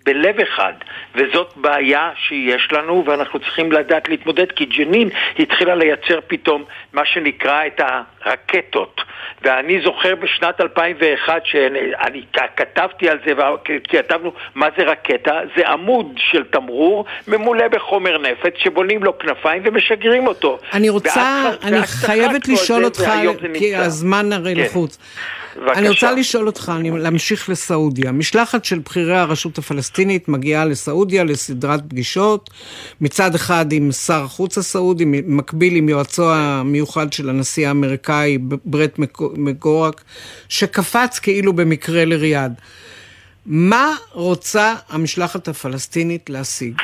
בלב אחד, וזאת בעיה שיש לנו ואנחנו צריכים לדעת להתמודד, כי ג'נין התחילה לייצר פתאום מה שנקרא את הרקטות, ואני זוכר בשנת אלפיים ואחת שאני כתבתי על זה וכתבנו מה זה רקטה, זה עמוד של תמרור ממולא בחומר נפץ שבונים לו כנפיים ומשגרים אותו. אני רוצה, אני חייבת לשאול אותך, כי הזמן הרי לחוץ. אני רוצה לשאול אותך, אני להמשיך לסעודיה. משלחת של בכירי הרשות הפלסטינית מגיעה לסעודיה לסדרת פגישות, מצד אחד עם שר החוץ הסעודי, מקביל עם יועצו המיוחד של הנשיא האמריקאי ברט מקורק, שקפץ כאילו במקרה לריאד. מה רוצה המשלחת הפלסטינית להשיג?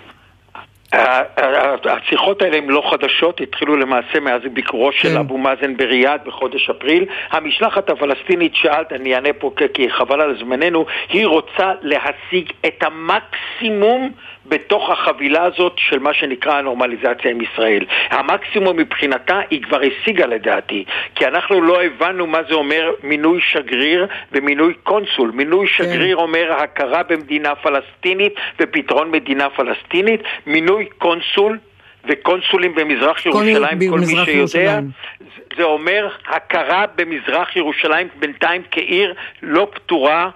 השיחות האלה הן לא חדשות, התחילו למעשה מאז ביקורו של אבו מאזן בריאד בחודש אפריל. המשלחת הפלסטינית, שאלת, אני אענה פה כי חבל על זמננו, היא רוצה להשיג את המקסימום בתוך החבילה הזאת של מה שנקרא הנורמליזציה עם ישראל. המקסימום מבחינתה היא כבר השיגה לדעתי, כי אנחנו לא הבנו מה זה אומר מינוי שגריר ומינוי קונסול. מינוי שגריר אומר הכרה במדינה פלסטינית ופתרון מדינה פלסטינית. מינוי קונסול וקונסולים במזרח ירושלים, כל מי שיודע, זה אומר הכרה במזרח ירושלים בינתיים כעיר לא פתורה,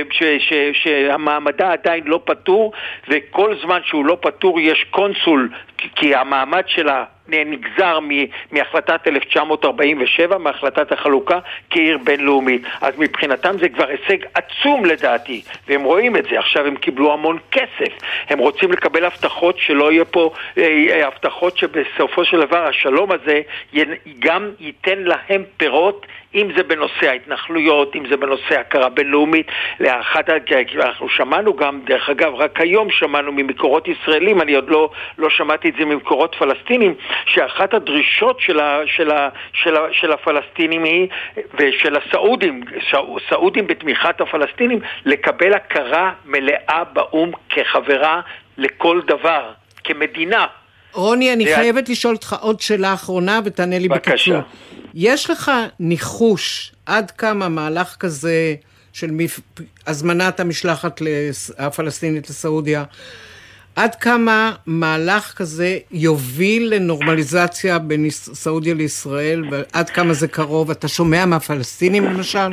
שהמעמדה עדיין לא פתור, וכל זמן שהוא לא פתור יש קונסול, כי המעמד שלה נגזר מהחלטת אלף תשע מאות ארבעים ושבע, מהחלטת החלוקה כעיר בינלאומית. אז מבחינתם זה כבר הישג עצום לדעתי, והם רואים את זה. עכשיו הם קיבלו המון כסף, הם רוצים לקבל הבטחות שלא יהיה פה אה, הבטחות שבסופו של דבר השלום הזה גם ייתן להם פירות, אם זה בנושא ההתנחלויות, אם זה בנושא הכרה בינלאומית. לאחד, אנחנו שמענו גם, דרך אגב, רק היום שמענו ממקורות ישראלים, אני עוד לא, לא שמעתי את זה ממקורות פלסטינים, שאחת הדרישות של, ה, של, ה, של, ה, של הפלסטינים היא, ושל הסעודים, סעודים בתמיכת הפלסטינים, לקבל הכרה מלאה באום כחברה לכל דבר, כמדינה. רוני, אני חייבת לשאול אותך עוד שאלה אחרונה ותענה לי בקיצור. יש לך ניחוש עד כמה מהלך כזה של הזמנת המשלחת הפלסטינית לסעודיה, עד כמה מהלך כזה יוביל לנורמליזציה בין סעודיה לישראל, ועד כמה זה קרוב? אתה שומע מהפלסטינים למשל?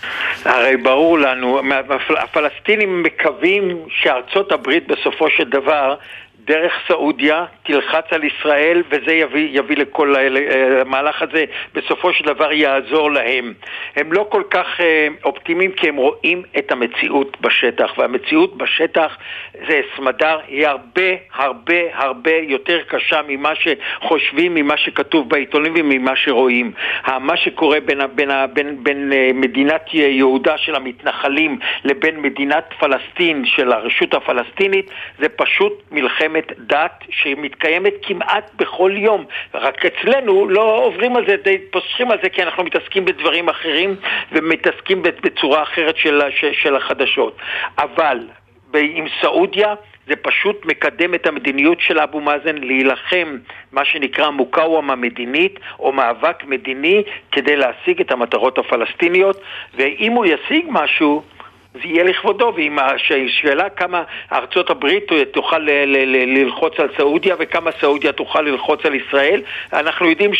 הרי ברור לנו, הפלסטינים מקווים שארצות הברית בסופו של דבר דרך סעודיה תלחץ על ישראל, וזה יביא, יביא לכל המהלך הזה, בסופו של דבר יעזור להם. הם לא כל כך אופטימיים, כי הם רואים את המציאות בשטח, והמציאות בשטח זה סמדר, היא הרבה הרבה הרבה יותר קשה ממה שחושבים, ממה שכתוב בעיתונים וממה שרואים. מה שקורה בין, בין, בין, בין מדינת יהודה של המתנחלים לבין מדינת פלסטין של הרשות הפלסטינית, זה פשוט מלחמת דת שמתקיימת כמעט בכל יום. רק אצלנו לא עוברים על זה, די פוסחים על זה, כי אנחנו מתעסקים בדברים אחרים ומתעסקים בצורה אחרת של, של החדשות. אבל עם סעודיה זה פשוט מקדם את המדיניות של אבו מאזן להילחם מה שנקרא מוקאוומה מדינית או מאבק מדיני כדי להשיג את המטרות הפלסטיניות, ואם הוא ישיג משהו זה יהיה לכבודו. ועם השאלה כמה ארצות הברית תוכל ללחוץ על סעודיה וכמה סעודיה תוכל ללחוץ על ישראל, אנחנו יודעים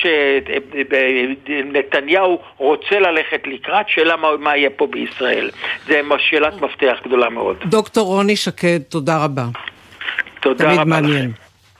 שנתניהו רוצה ללכת לקראת, שאלה מה, מה יהיה פה בישראל. זה שאלת מפתח גדולה מאוד. דוקטור רוני שקד, תודה רבה. תודה תמיד רבה. מעניין.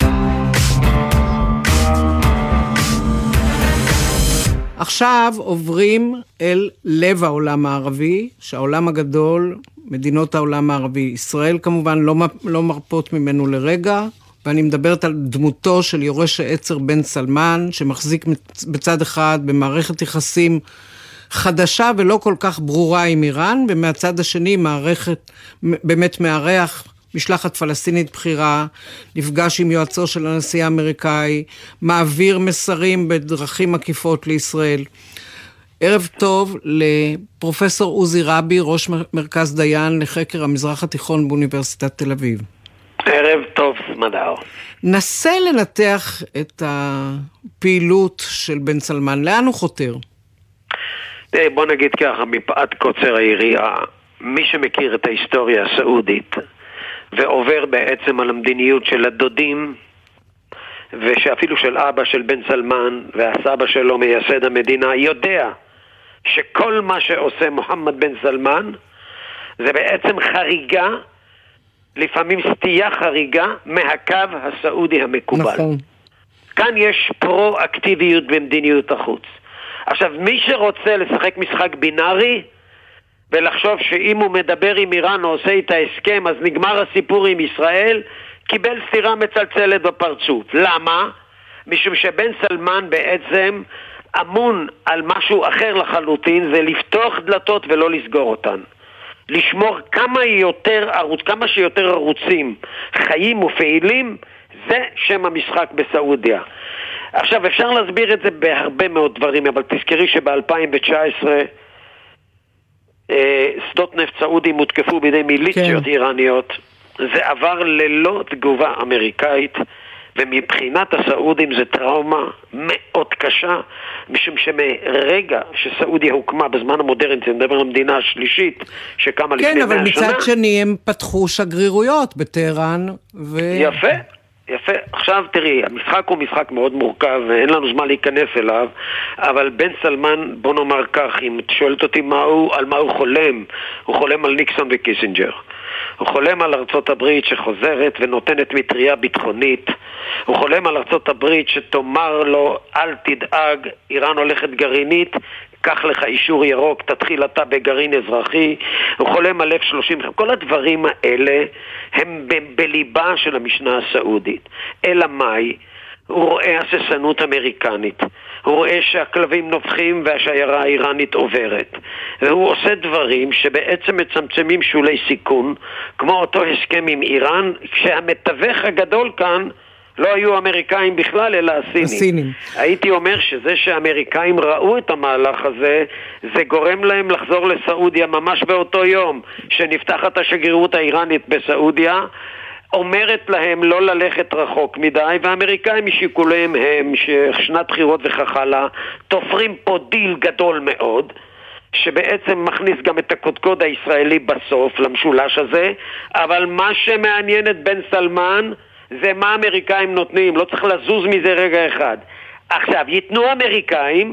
עכשיו עוברים אל לב העולם הערבי, שהעולם הגדול, מדינות העולם הערבי, ישראל כמובן לא, לא מרפות ממנו לרגע, ואני מדברת על דמותו של יורש העצר בן סלמן, שמחזיק בצד אחד במערכת יחסים חדשה ולא כל כך ברורה עם איראן, ומהצד השני מערכת באמת מארח משלחת פלסטינית בחירה, נפגש עם יועצו של הנשיא האמריקאי, מעביר מסרים בדרכים עקיפות לישראל. ערב טוב לפרופסור עוזי רבי, ראש מרכז דיין לחקר המזרח התיכון באוניברסיטת תל אביב. ערב טוב, סמדר. נסה לנתח את הפעילות של בן סלמן. לאן הוא חותר? בוא נגיד ככה, מפאת קוצר היריעה, מי שמכיר את ההיסטוריה הסעודית, ועובר בעצם על המדיניות של הדודים, ושאפילו של אבא של בן סלמן והסבא שלו מייסד המדינה, יודע שכל מה שעושה מוחמד בן סלמן זה בעצם חריגה, לפעמים סטייה חריגה מהקו הסעודי המקובל. נכון. כאן יש פרו-אקטיביות במדיניות החוץ. עכשיו, מי שרוצה לשחק משחק בינארי ולחשוב שאם הוא מדבר עם איראן או עושה את ההסכם אז נגמר הסיפור עם ישראל, קיבל סתירה מצלצלת בפרצוף. למה? משום שבן סלמן בעצם אמון על משהו אחר לחלוטין, זה לפתוח דלתות ולא לסגור אותן. לשמור כמה יותר ערוץ, כמה שיותר ערוצים חיים ופעילים, זה שם המשחק בסעודיה. עכשיו אפשר להסביר את זה בהרבה מאוד דברים, אבל תזכרי שב-אלפיים תשע עשרה אה, שדות נפט סעודים מותקפו בידי מיליציות כן. איראניות. זה עבר ללא תגובה אמריקאית, ומבחינת הסעודים זה טראומה מאוד קשה, משום שמרגע שסעודיה הוקמה בזמן המודרני, זה מדבר על המדינה השלישית שקמה לפני מאה שנה. כן, אבל מצד שני הם פתחו שגרירויות בטהרן. ו... יפה, יפה. עכשיו תראי, המשחק הוא משחק מאוד מורכב, ואין לנו זמן להיכנס אליו, אבל בן סלמן, בוא נאמר כך, אם את שואלת אותי מה הוא, על מה הוא חולם, הוא חולם על ניקסון וקיסינג'ר. הוא חולם על ארצות הברית שחוזרת ונותנת מטריה ביטחונית. הוא חולם על ארצות הברית שתאמר לו, אל תדאג, איראן הולכת גרעינית, קח לך אישור ירוק, תתחיל אתה בגרעין אזרחי. הוא חולם על אף שלושים. כל הדברים האלה הם ב- בליבה של המשנה הסעודית. אלא מאי? הוא רואה הססנות אמריקנית. הוא רואה שהכלבים נובחים והשיירה האיראנית עוברת. והוא עושה דברים שבעצם מצמצמים שולי סיכון, כמו אותו הסכם עם איראן, כשהמתווך הגדול כאן לא היו אמריקאים בכלל, אלא הסינים. הסינים. הייתי אומר שזה שהאמריקאים ראו את המהלך הזה, זה גורם להם לחזור לסעודיה ממש באותו יום שנפתחת השגרירות האיראנית בסעודיה, אומרת להם לא ללכת רחוק מדי, והאמריקאים משיקוליהם הם ששנת בחירות וכך הלאה, תופרים פה דיל גדול מאוד, שבעצם מכניס גם את הקודקוד הישראלי בסוף למשולש הזה, אבל מה שמעניין את בן סלמן זה מה האמריקאים נותנים, לא צריך לזוז מזה רגע אחד. עכשיו, ייתנו אמריקאים,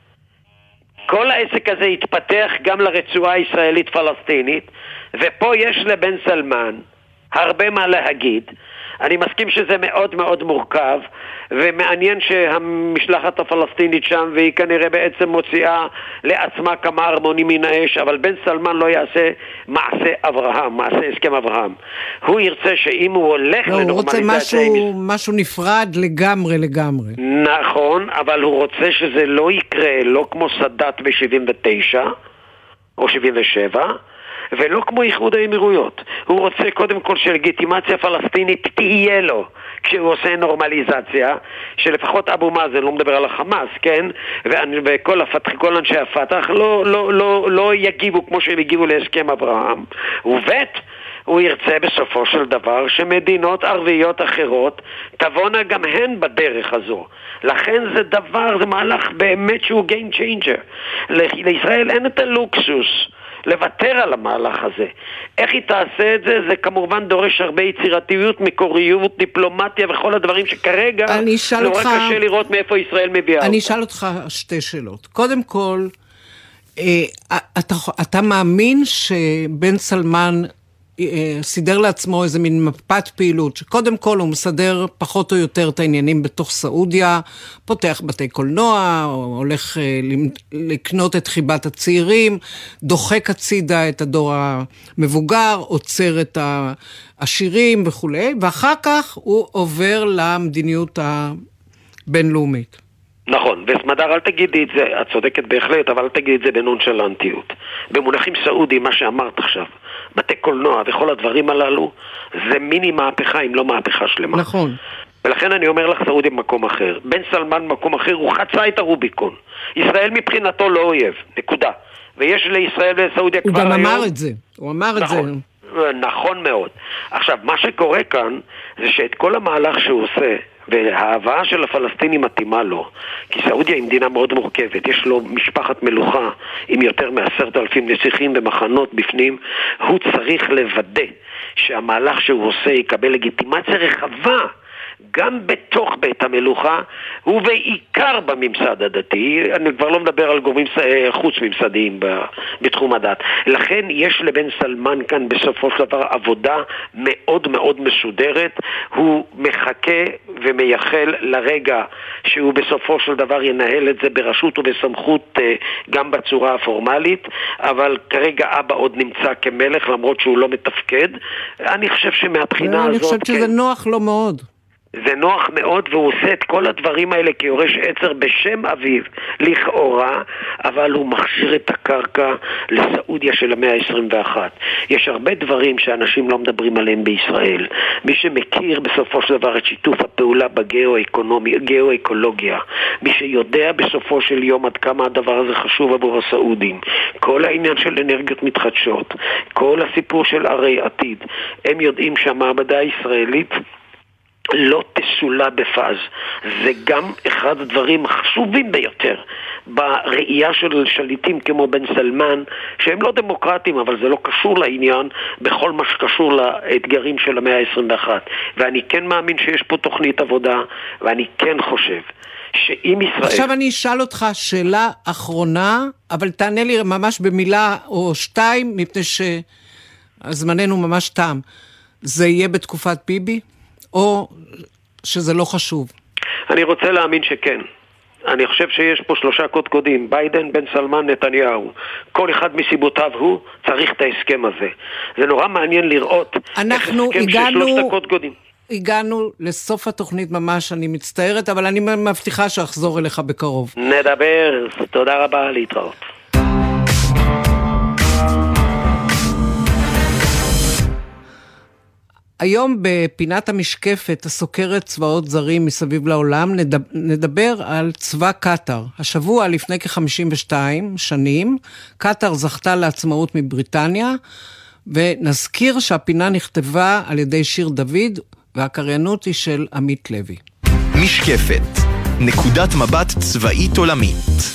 כל העסק הזה יתפתח גם לרצועה הישראלית פלסטינית, ופה יש לבן סלמן הרבה מה להגיד. אני מסכים שזה מאוד מאוד מורכב, ומעניין שהמשלחת הפלסטינית שם, והיא כנראה בעצם מוציאה לעצמה כמה ארמונים מן האש, אבל בן סלמן לא יעשה מעשה אברהם, מעשה הסכם אברהם. הוא ירצה שאם הוא הולך לא, לנורמליזציה... הוא רוצה משהו, משהו נפרד לגמרי לגמרי. נכון, אבל הוא רוצה שזה לא יקרה, לא כמו סאדאת ב-שבעים ותשע או שבעים ושבע, ולא כמו איחוד האמירויות. הוא רוצה קודם כל שלגיטימציה פלסטינית תהיה לו כשהוא עושה נורמליזציה, שלפחות אבו מאזן, לא מדבר על החמאס, כן? וכל הפתח, כל אנשי הפתח לא, לא, לא, לא יגיבו כמו שהם יגיבו להסכם אברהם. ובית הוא ירצה בסופו של דבר שמדינות ערביות אחרות תבונה גם הן בדרך הזו. לכן זה דבר, זה מהלך באמת שהוא game changer. לישראל אין את הלוקסוס לוותר על המהלך הזה. איך היא תעשה את זה? זה כמובן דורש הרבה יצירתיות, מקוריות, דיפלומטיה וכל הדברים שכרגע נורא אותך... קשה לראות מאיפה ישראל מביאה. אני אשאל אותך שתי שאלות. קודם כל, אתה, אתה מאמין שבן סלמן סידר לעצמו איזה מין מפת פעילות, שקודם כל הוא מסדר פחות או יותר את העניינים בתוך סעודיה, פותח בתי קולנוע, הולך לקנות את חיבת הצעירים, דוחק הצידה את הדור המבוגר, עוצר את העשירים וכו', ואחר כך הוא עובר למדיניות הבינלאומית. נכון, וסמדר, אל תגידי את זה, את צודקת בהחלט, אבל אל תגידי את זה בנונשלנטיות. במונחים סעודים, מה שאמרת עכשיו, בתי קולנוע וכל הדברים הללו, זה מיני מהפכה, אם לא מהפכה שלמה. נכון. ולכן אני אומר לך, סעודי במקום אחר. בן סלמן במקום אחר, הוא חצה את הרוביקון. ישראל מבחינתו לא אויב, נקודה. ויש לישראל ולסעודיה כבר היום... הוא גם אמר את זה, הוא אמר את זה. נכון מאוד. עכשיו, מה שקורה כאן, זה שאת כל המהלך שהוא עושה, וההבאה של הפלסטינים מתאימה לו, כי סעודיה היא מדינה מאוד מורכבת, יש לו משפחת מלוכה עם יותר מעשרת אלפים נסיכים ומחנות בפנים, הוא צריך לוודא שהמהלך שהוא עושה יקבל לגיטימציה רחבה גם בתוך בית המלוכה ובעיקר בממסד הדתי. אני כבר לא מדבר על גורמים חוץ ממסדיים בתחום הדת. לכן יש לבן סלמן כאן בסופו של דבר עבודה מאוד מאוד מסודרת. הוא מחכה ומייחל לרגע שהוא בסופו של דבר ינהל את זה ברשות ובסמכות גם בצורה הפורמלית, אבל כרגע אבא עוד נמצא כמלך למרות שהוא לא מתפקד. אני חושב שמהבחינה הזאת... אני חושבת שזה נוח לו מאוד. זה נוח מאוד, והוא עושה את כל הדברים האלה כיורש עצר בשם אביו לכאורה, אבל הוא מכשיר את הקרקע לסעודיה של המאה ה-עשרים ואחת. יש הרבה דברים שאנשים לא מדברים עליהם בישראל. מי שמכיר בסופו של דבר את שיתוף הפעולה בגיאו-אקולוגיה, מי שיודע בסופו של יום עד כמה הדבר הזה חשוב עבור הסעודים, כל העניין של אנרגיות מתחדשות, כל הסיפור של ערי עתיד, הם יודעים שהמעבדה הישראלית לא תסולה בפאז. זה גם אחד הדברים החשובים ביותר בראייה של שליטים כמו בן סלמן, שהם לא דמוקרטים, אבל זה לא קשור לעניין בכל מה שקשור לאתגרים של המאה ה-עשרים ואחת. ואני כן מאמין שיש פה תוכנית עבודה, ואני כן חושב שאם ישראל... עכשיו אני אשאל אותך שאלה אחרונה, אבל תענה לי ממש במילה או שתיים, מפני שזמננו ממש תם. זה יהיה בתקופת ביבי? או שזה לא חשוב? אני רוצה להאמין שכן. אני חושב שיש פה שלושה קודקודים, ביידן, בן סלמן, נתניהו. כל אחד מסיבותיו הוא צריך את ההסכם הזה. זה נורא מעניין לראות אנחנו הגענו, הגענו לסוף התוכנית ממש, אני מצטערת, אבל אני מבטיחה שאחזור אליך בקרוב. נדבר, תודה רבה, להתראות. היום בפינת המשקפת הסוקרת צבאות זרים מסביב לעולם נדבר על צבא קטר. השבוע לפני כ-חמישים ושתיים שנים קטר זכתה לעצמאות מבריטניה, ונזכיר שהפינה נכתבה על ידי שיר דוד והקריינות היא של עמית לוי. משקפת, נקודת מבט צבאית עולמית.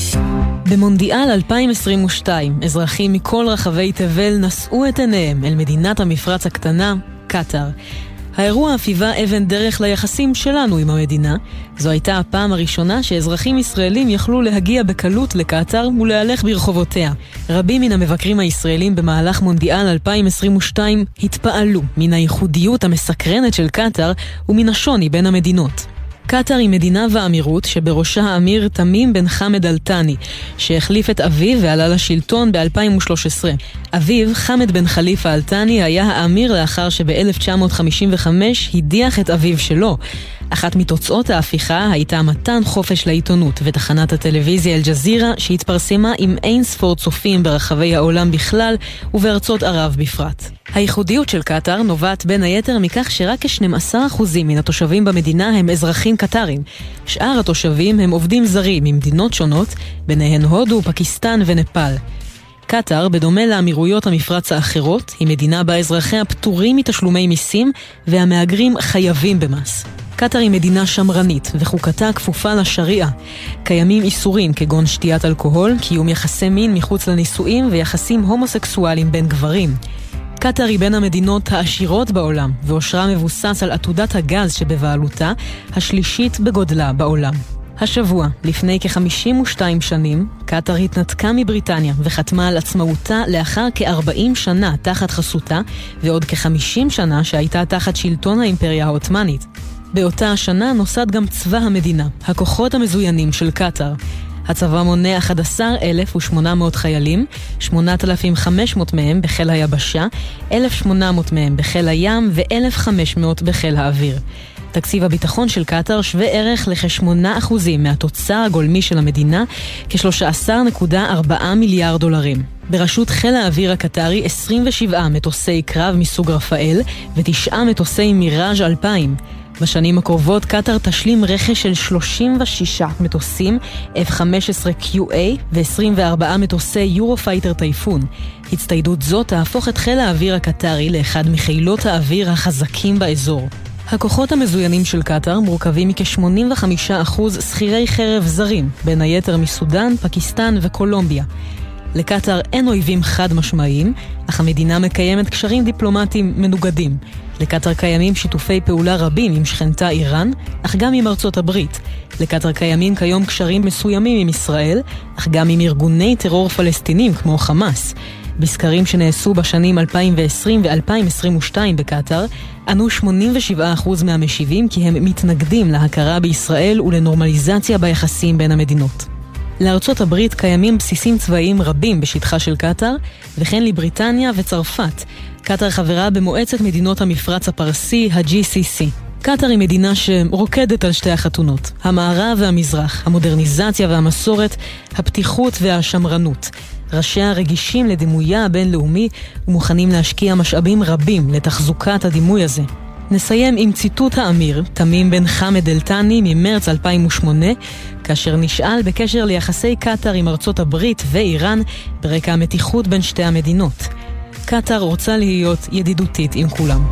במונדיאל אלפיים עשרים ושתיים אזרחים מכל רחבי תבל נשאו את עיניהם אל מדינת המפרץ הקטנה קטר. האירוע אפיבה אבן דרך ליחסים שלנו עם המדינה. זו הייתה הפעם הראשונה שאזרחים ישראלים יכלו להגיע בקלות לקטר ולהלך ברחובותיה. רבים מן המבקרים הישראלים במהלך מונדיאל אלפיים עשרים ושתיים התפעלו מן הייחודיות המסקרנת של קטר ומן השוני בין המדינות. קטר היא מדינה ואמירות שבראשה האמיר תמים בן חמד אל-תני, שהחליף את אביו ועלה לשלטון ב-אלפיים ושלוש עשרה. אביו, חמד בן חליפה אל-תני, היה האמיר לאחר שב-אלף תשע מאות חמישים וחמש הדיח את אביו שלו. אחת מתוצאות ההפיכה הייתה מתן חופש לעיתונות ותחנת הטלוויזיה אל-ג'זירה שהתפרסמה עם אין ספור צופים ברחבי העולם בכלל ובארצות ערב בפרט. הייחודיות של קטר נובעת בין היתר מכך שרק כ-שנים עשר אחוז מן התושבים במדינה הם אזרחים קטרים. שאר התושבים הם עובדים זרים ממדינות שונות, ביניהן הודו, פקיסטן ונפאל. קטר, בדומה לאמירויות המפרץ האחרות, היא מדינה בה אזרחיה פטורים מתשלומי מיסים והמהגרים חייבים במס. קטר היא מדינה שמרנית וחוקתה כפופה לשריעה. קיימים איסורים כגון שתיית אלכוהול, קיום יחסי מין מחוץ לנישואים ויחסים הומוסקסואליים בין גברים. קטר היא בין המדינות העשירות בעולם, ואושרה מבוסס על עתודת הגז שבבעלותה, השלישית בגודלה בעולם. השבוע, לפני כ-חמישים ושתיים שנים, קטר התנתקה מבריטניה וחתמה על עצמאותה לאחר כ-ארבעים שנה תחת חסותה, ועוד כ-חמישים שנה שהייתה תחת שלטון האימפריה העות'מאנית. באותה השנה נוסד גם צבא המדינה, הכוחות המזוינים של קטר. הצבא מונה אחד עשר אלף ושמונה מאות חיילים, שמונת אלפים וחמש מאות מהם בחיל היבשה, אלף ושמונה מאות מהם בחיל הים ו-אלף וחמש מאות בחיל האוויר. תקציב הביטחון של קטר שווה ערך לכ-שמונה אחוז מהתוצר הגולמי של המדינה, כ-שלוש עשרה נקודה ארבע מיליארד דולרים. בראשות חיל האוויר הקטרי עשרים ושבעה מטוסי קרב מסוג רפאל ותשעה מטוסי מיראז' אלפיים. בשנים הקרובות קטר תשלים רכש של שלושים ושישה מטוסים אף חמש עשרה קיו איי ו-עשרים וארבעה מטוסי יורופייטר טייפון. הצטיידות זאת תהפוך את חיל האוויר הקטרי לאחד מחילות האוויר החזקים באזור. הכוחות המזוינים של קטר מורכבים מכ-שמונים וחמישה אחוז שכירי חרב זרים, בין היתר מסודן, פקיסטן וקולומביה. לקטר אין אויבים חד משמעיים, אך המדינה מקיימת קשרים דיפלומטיים מנוגדים. לקטר קיימים שיתופי פעולה רבים עם שכנתה איראן, אך גם עם ארצות הברית. לקטר קיימים כיום קשרים מסוימים עם ישראל, אך גם עם ארגוני טרור פלסטינים כמו חמאס. בסקרים שנעשו בשנים אלפיים ועשרים ו-אלפיים עשרים ושתיים בקטר, ענו שמונים ושבעה אחוז מהמשיבים כי הם מתנגדים להכרה בישראל ולנורמליזציה ביחסים בין המדינות. לארצות הברית קיימים בסיסים צבאיים רבים בשטחה של קטר, וכן לבריטניה וצרפת. קטר חברה במועצת מדינות המפרץ הפרסי, ה-ג'י סי סי. קטר היא מדינה שרוקדת על שתי החתונות, המערב והמזרח, המודרניזציה והמסורת, הפתיחות והשמרנות. ראשיה רגישים לדימויה הבינלאומי ומוכנים להשקיע משאבים רבים לתחזוקת הדימוי הזה. נסיים עם ציטוט האמיר, תמים בן חמד אל-תני ממרץ אלפיים ושמונה, כאשר נשאל בקשר ליחסי קטר עם ארצות הברית ואיראן ברקע המתיחות בין שתי המדינות. קטר רוצה להיות ידידותית עם כולם.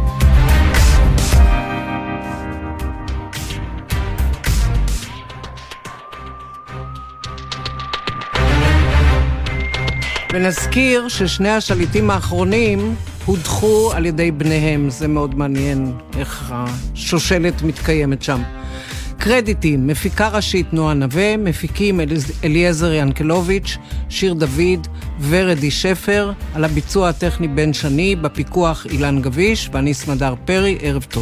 ונזכיר ששני השליטים האחרונים הודחו על ידי בניהם. זה מאוד מעניין איך השושלת מתקיימת שם. קרדיטים, מפיקה ראשית נועה נווה, מפיקים אליעזר ינקלוביץ', שיר דוד, ורדי שפר, על הביצוע הטכני בן שני, בפיקוח אילן גביש, ואני סמדר פרי, ערב טוב.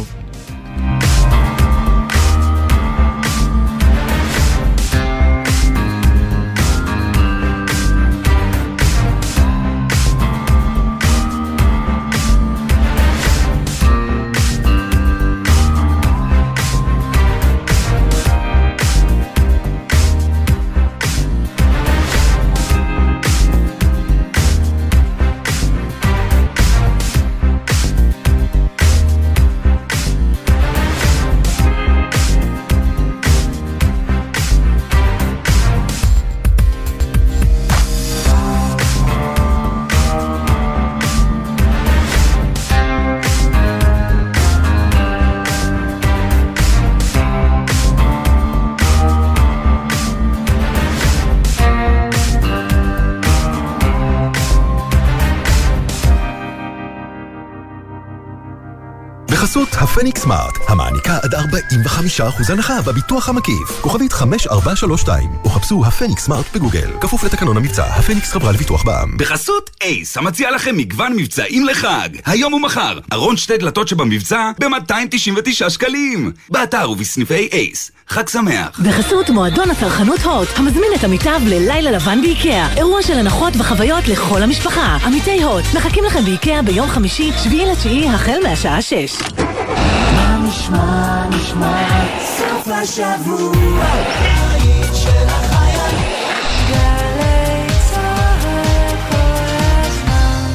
בחסות הפניקס סמארט, המעניקה עד ארבעים וחמישה אחוז הנחה בביטוח המקיף. כוכבית חמש ארבע שלוש שתיים, או חפשו הפניקס סמארט בגוגל. כפוף לתקנון המבצע, הפניקס חברה לביטוח בע"מ. בחסות אייס, המציע לכם מגוון מבצעים לחג. היום ומחר, ארון שתי דלתות שבמבצע ב-מאתיים תשעים ותשעה שקלים. באתר ובסניפי אייס. חג שמח. בחסות מועדון הצרכנות הוט, המזמין את עמיתיו ללילה לבן באיקאה. אירוע של הנחות וחוויות לכל המשפחה. עמיתי הוט, מחכים לכם באיקאה ביום חמישי, שביעי לתשיעי, החל מהשעה שש. מה נשמע, נשמע, סוף השבוע, היית של החייל, גלי צהל כל הזמן.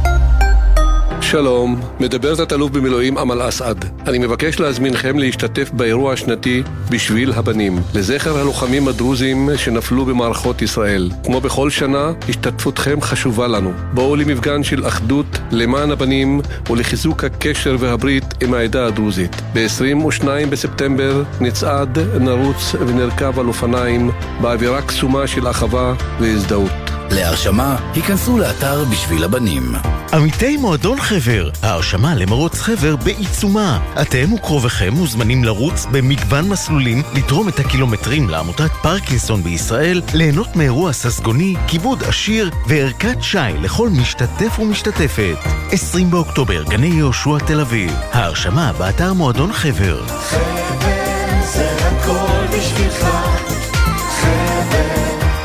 שלום, מדבר תת-אלוף במילואים אמל אסעד. אני מבקש להזמינכם להשתתף באירוע השנתי בשביל הבנים, לזכר הלוחמים הדרוזים שנפלו במערכות ישראל. כמו בכל שנה, השתתפותכם חשובה לנו. בואו למפגן של אחדות למען הבנים ולחיזוק הקשר והברית עם העדה הדרוזית. ב-עשרים ושניים בספטמבר נצעד, נרוץ ונרכב על אופניים באווירה קסומה של אחווה והזדהות. להרשמה, היכנסו לאתר בשביל הבנים. עמיתי מועדון חבר, ההרשמה למרוץ חבר בעיצומה. אתם וקרובכם מוזמנים לרוץ במגוון מסלולים, לתרום את הקילומטרים לעמותת פרקינסון בישראל, ליהנות מאירוע ססגוני, כיבוד עשיר וערכת שי לכל משתתף ומשתתפת. עשרים באוקטובר, גני יהושע תל אביב. ההרשמה באתר מועדון חבר. חבר זה הכל בשבילך, חבר.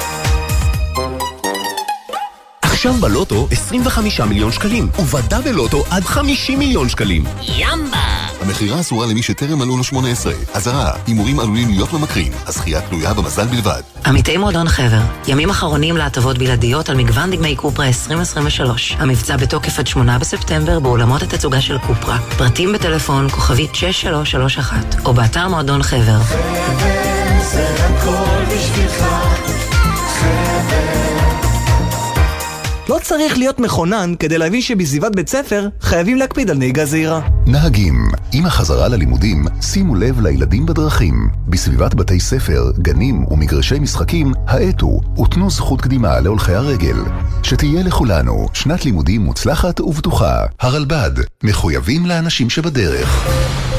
עכשיו בלוטו עשרים וחמישה מיליון שקלים, ובדאבל לוטו עד חמישים מיליון שקלים. ימבה! המחירה אסורה למי שטרם מלאו לו שמונה עשרה. אזהרה, הימורים עלולים להיות ממכרים. הזכייה תלויה במזל בלבד. עמיתי מועדון חבר, ימים אחרונים להטבות בלעדיות על מגוון דגמי קופרה עשרים עשרים ושלוש. המבצע בתוקף עד שמונה בספטמבר באולמות התצוגה של קופרה. פרטים בטלפון כוכבית שש שלוש שלוש אחת או באתר מועדון חבר. חבר זה הכל בשבילך, חבר. לא צריך להיות מכונן כדי להבין שבסביבת בית ספר חייבים להקפיד על נהיגה זהירה. נהגים, עם החזרה ללימודים, שימו לב לילדים בדרכים. בסביבת בתי ספר, גנים ומגרשי משחקים, האטו ותנו זכות קדימה להולכי הרגל. שתהיה לכולנו שנת לימודים מוצלחת ובטוחה. הרלב"ד, מחויבים לאנשים שבדרך.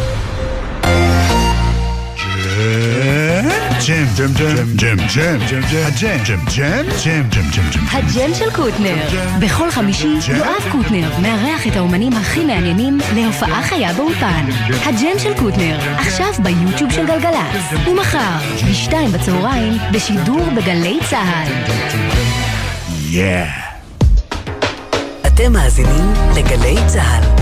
ג'ם, ג'ם, ג'ם, ג'ם, ג'ם, ג'ם, הג'ם, ג'ם, ג'ם, ג'ם, ג'ם, ג'ם, ג'ם. הג'ם של קוטנר. בכל חמישי יואב קוטנר מארח את האומנים הכי מעניינים להופעה חיה באולפן. הג'ם של קוטנר, עכשיו ביוטיוב של גלגלצ. ומחר, בשתיים בצהריים, בשידור בגלי צהל. יא! אתם מאזינים לגלי צהל.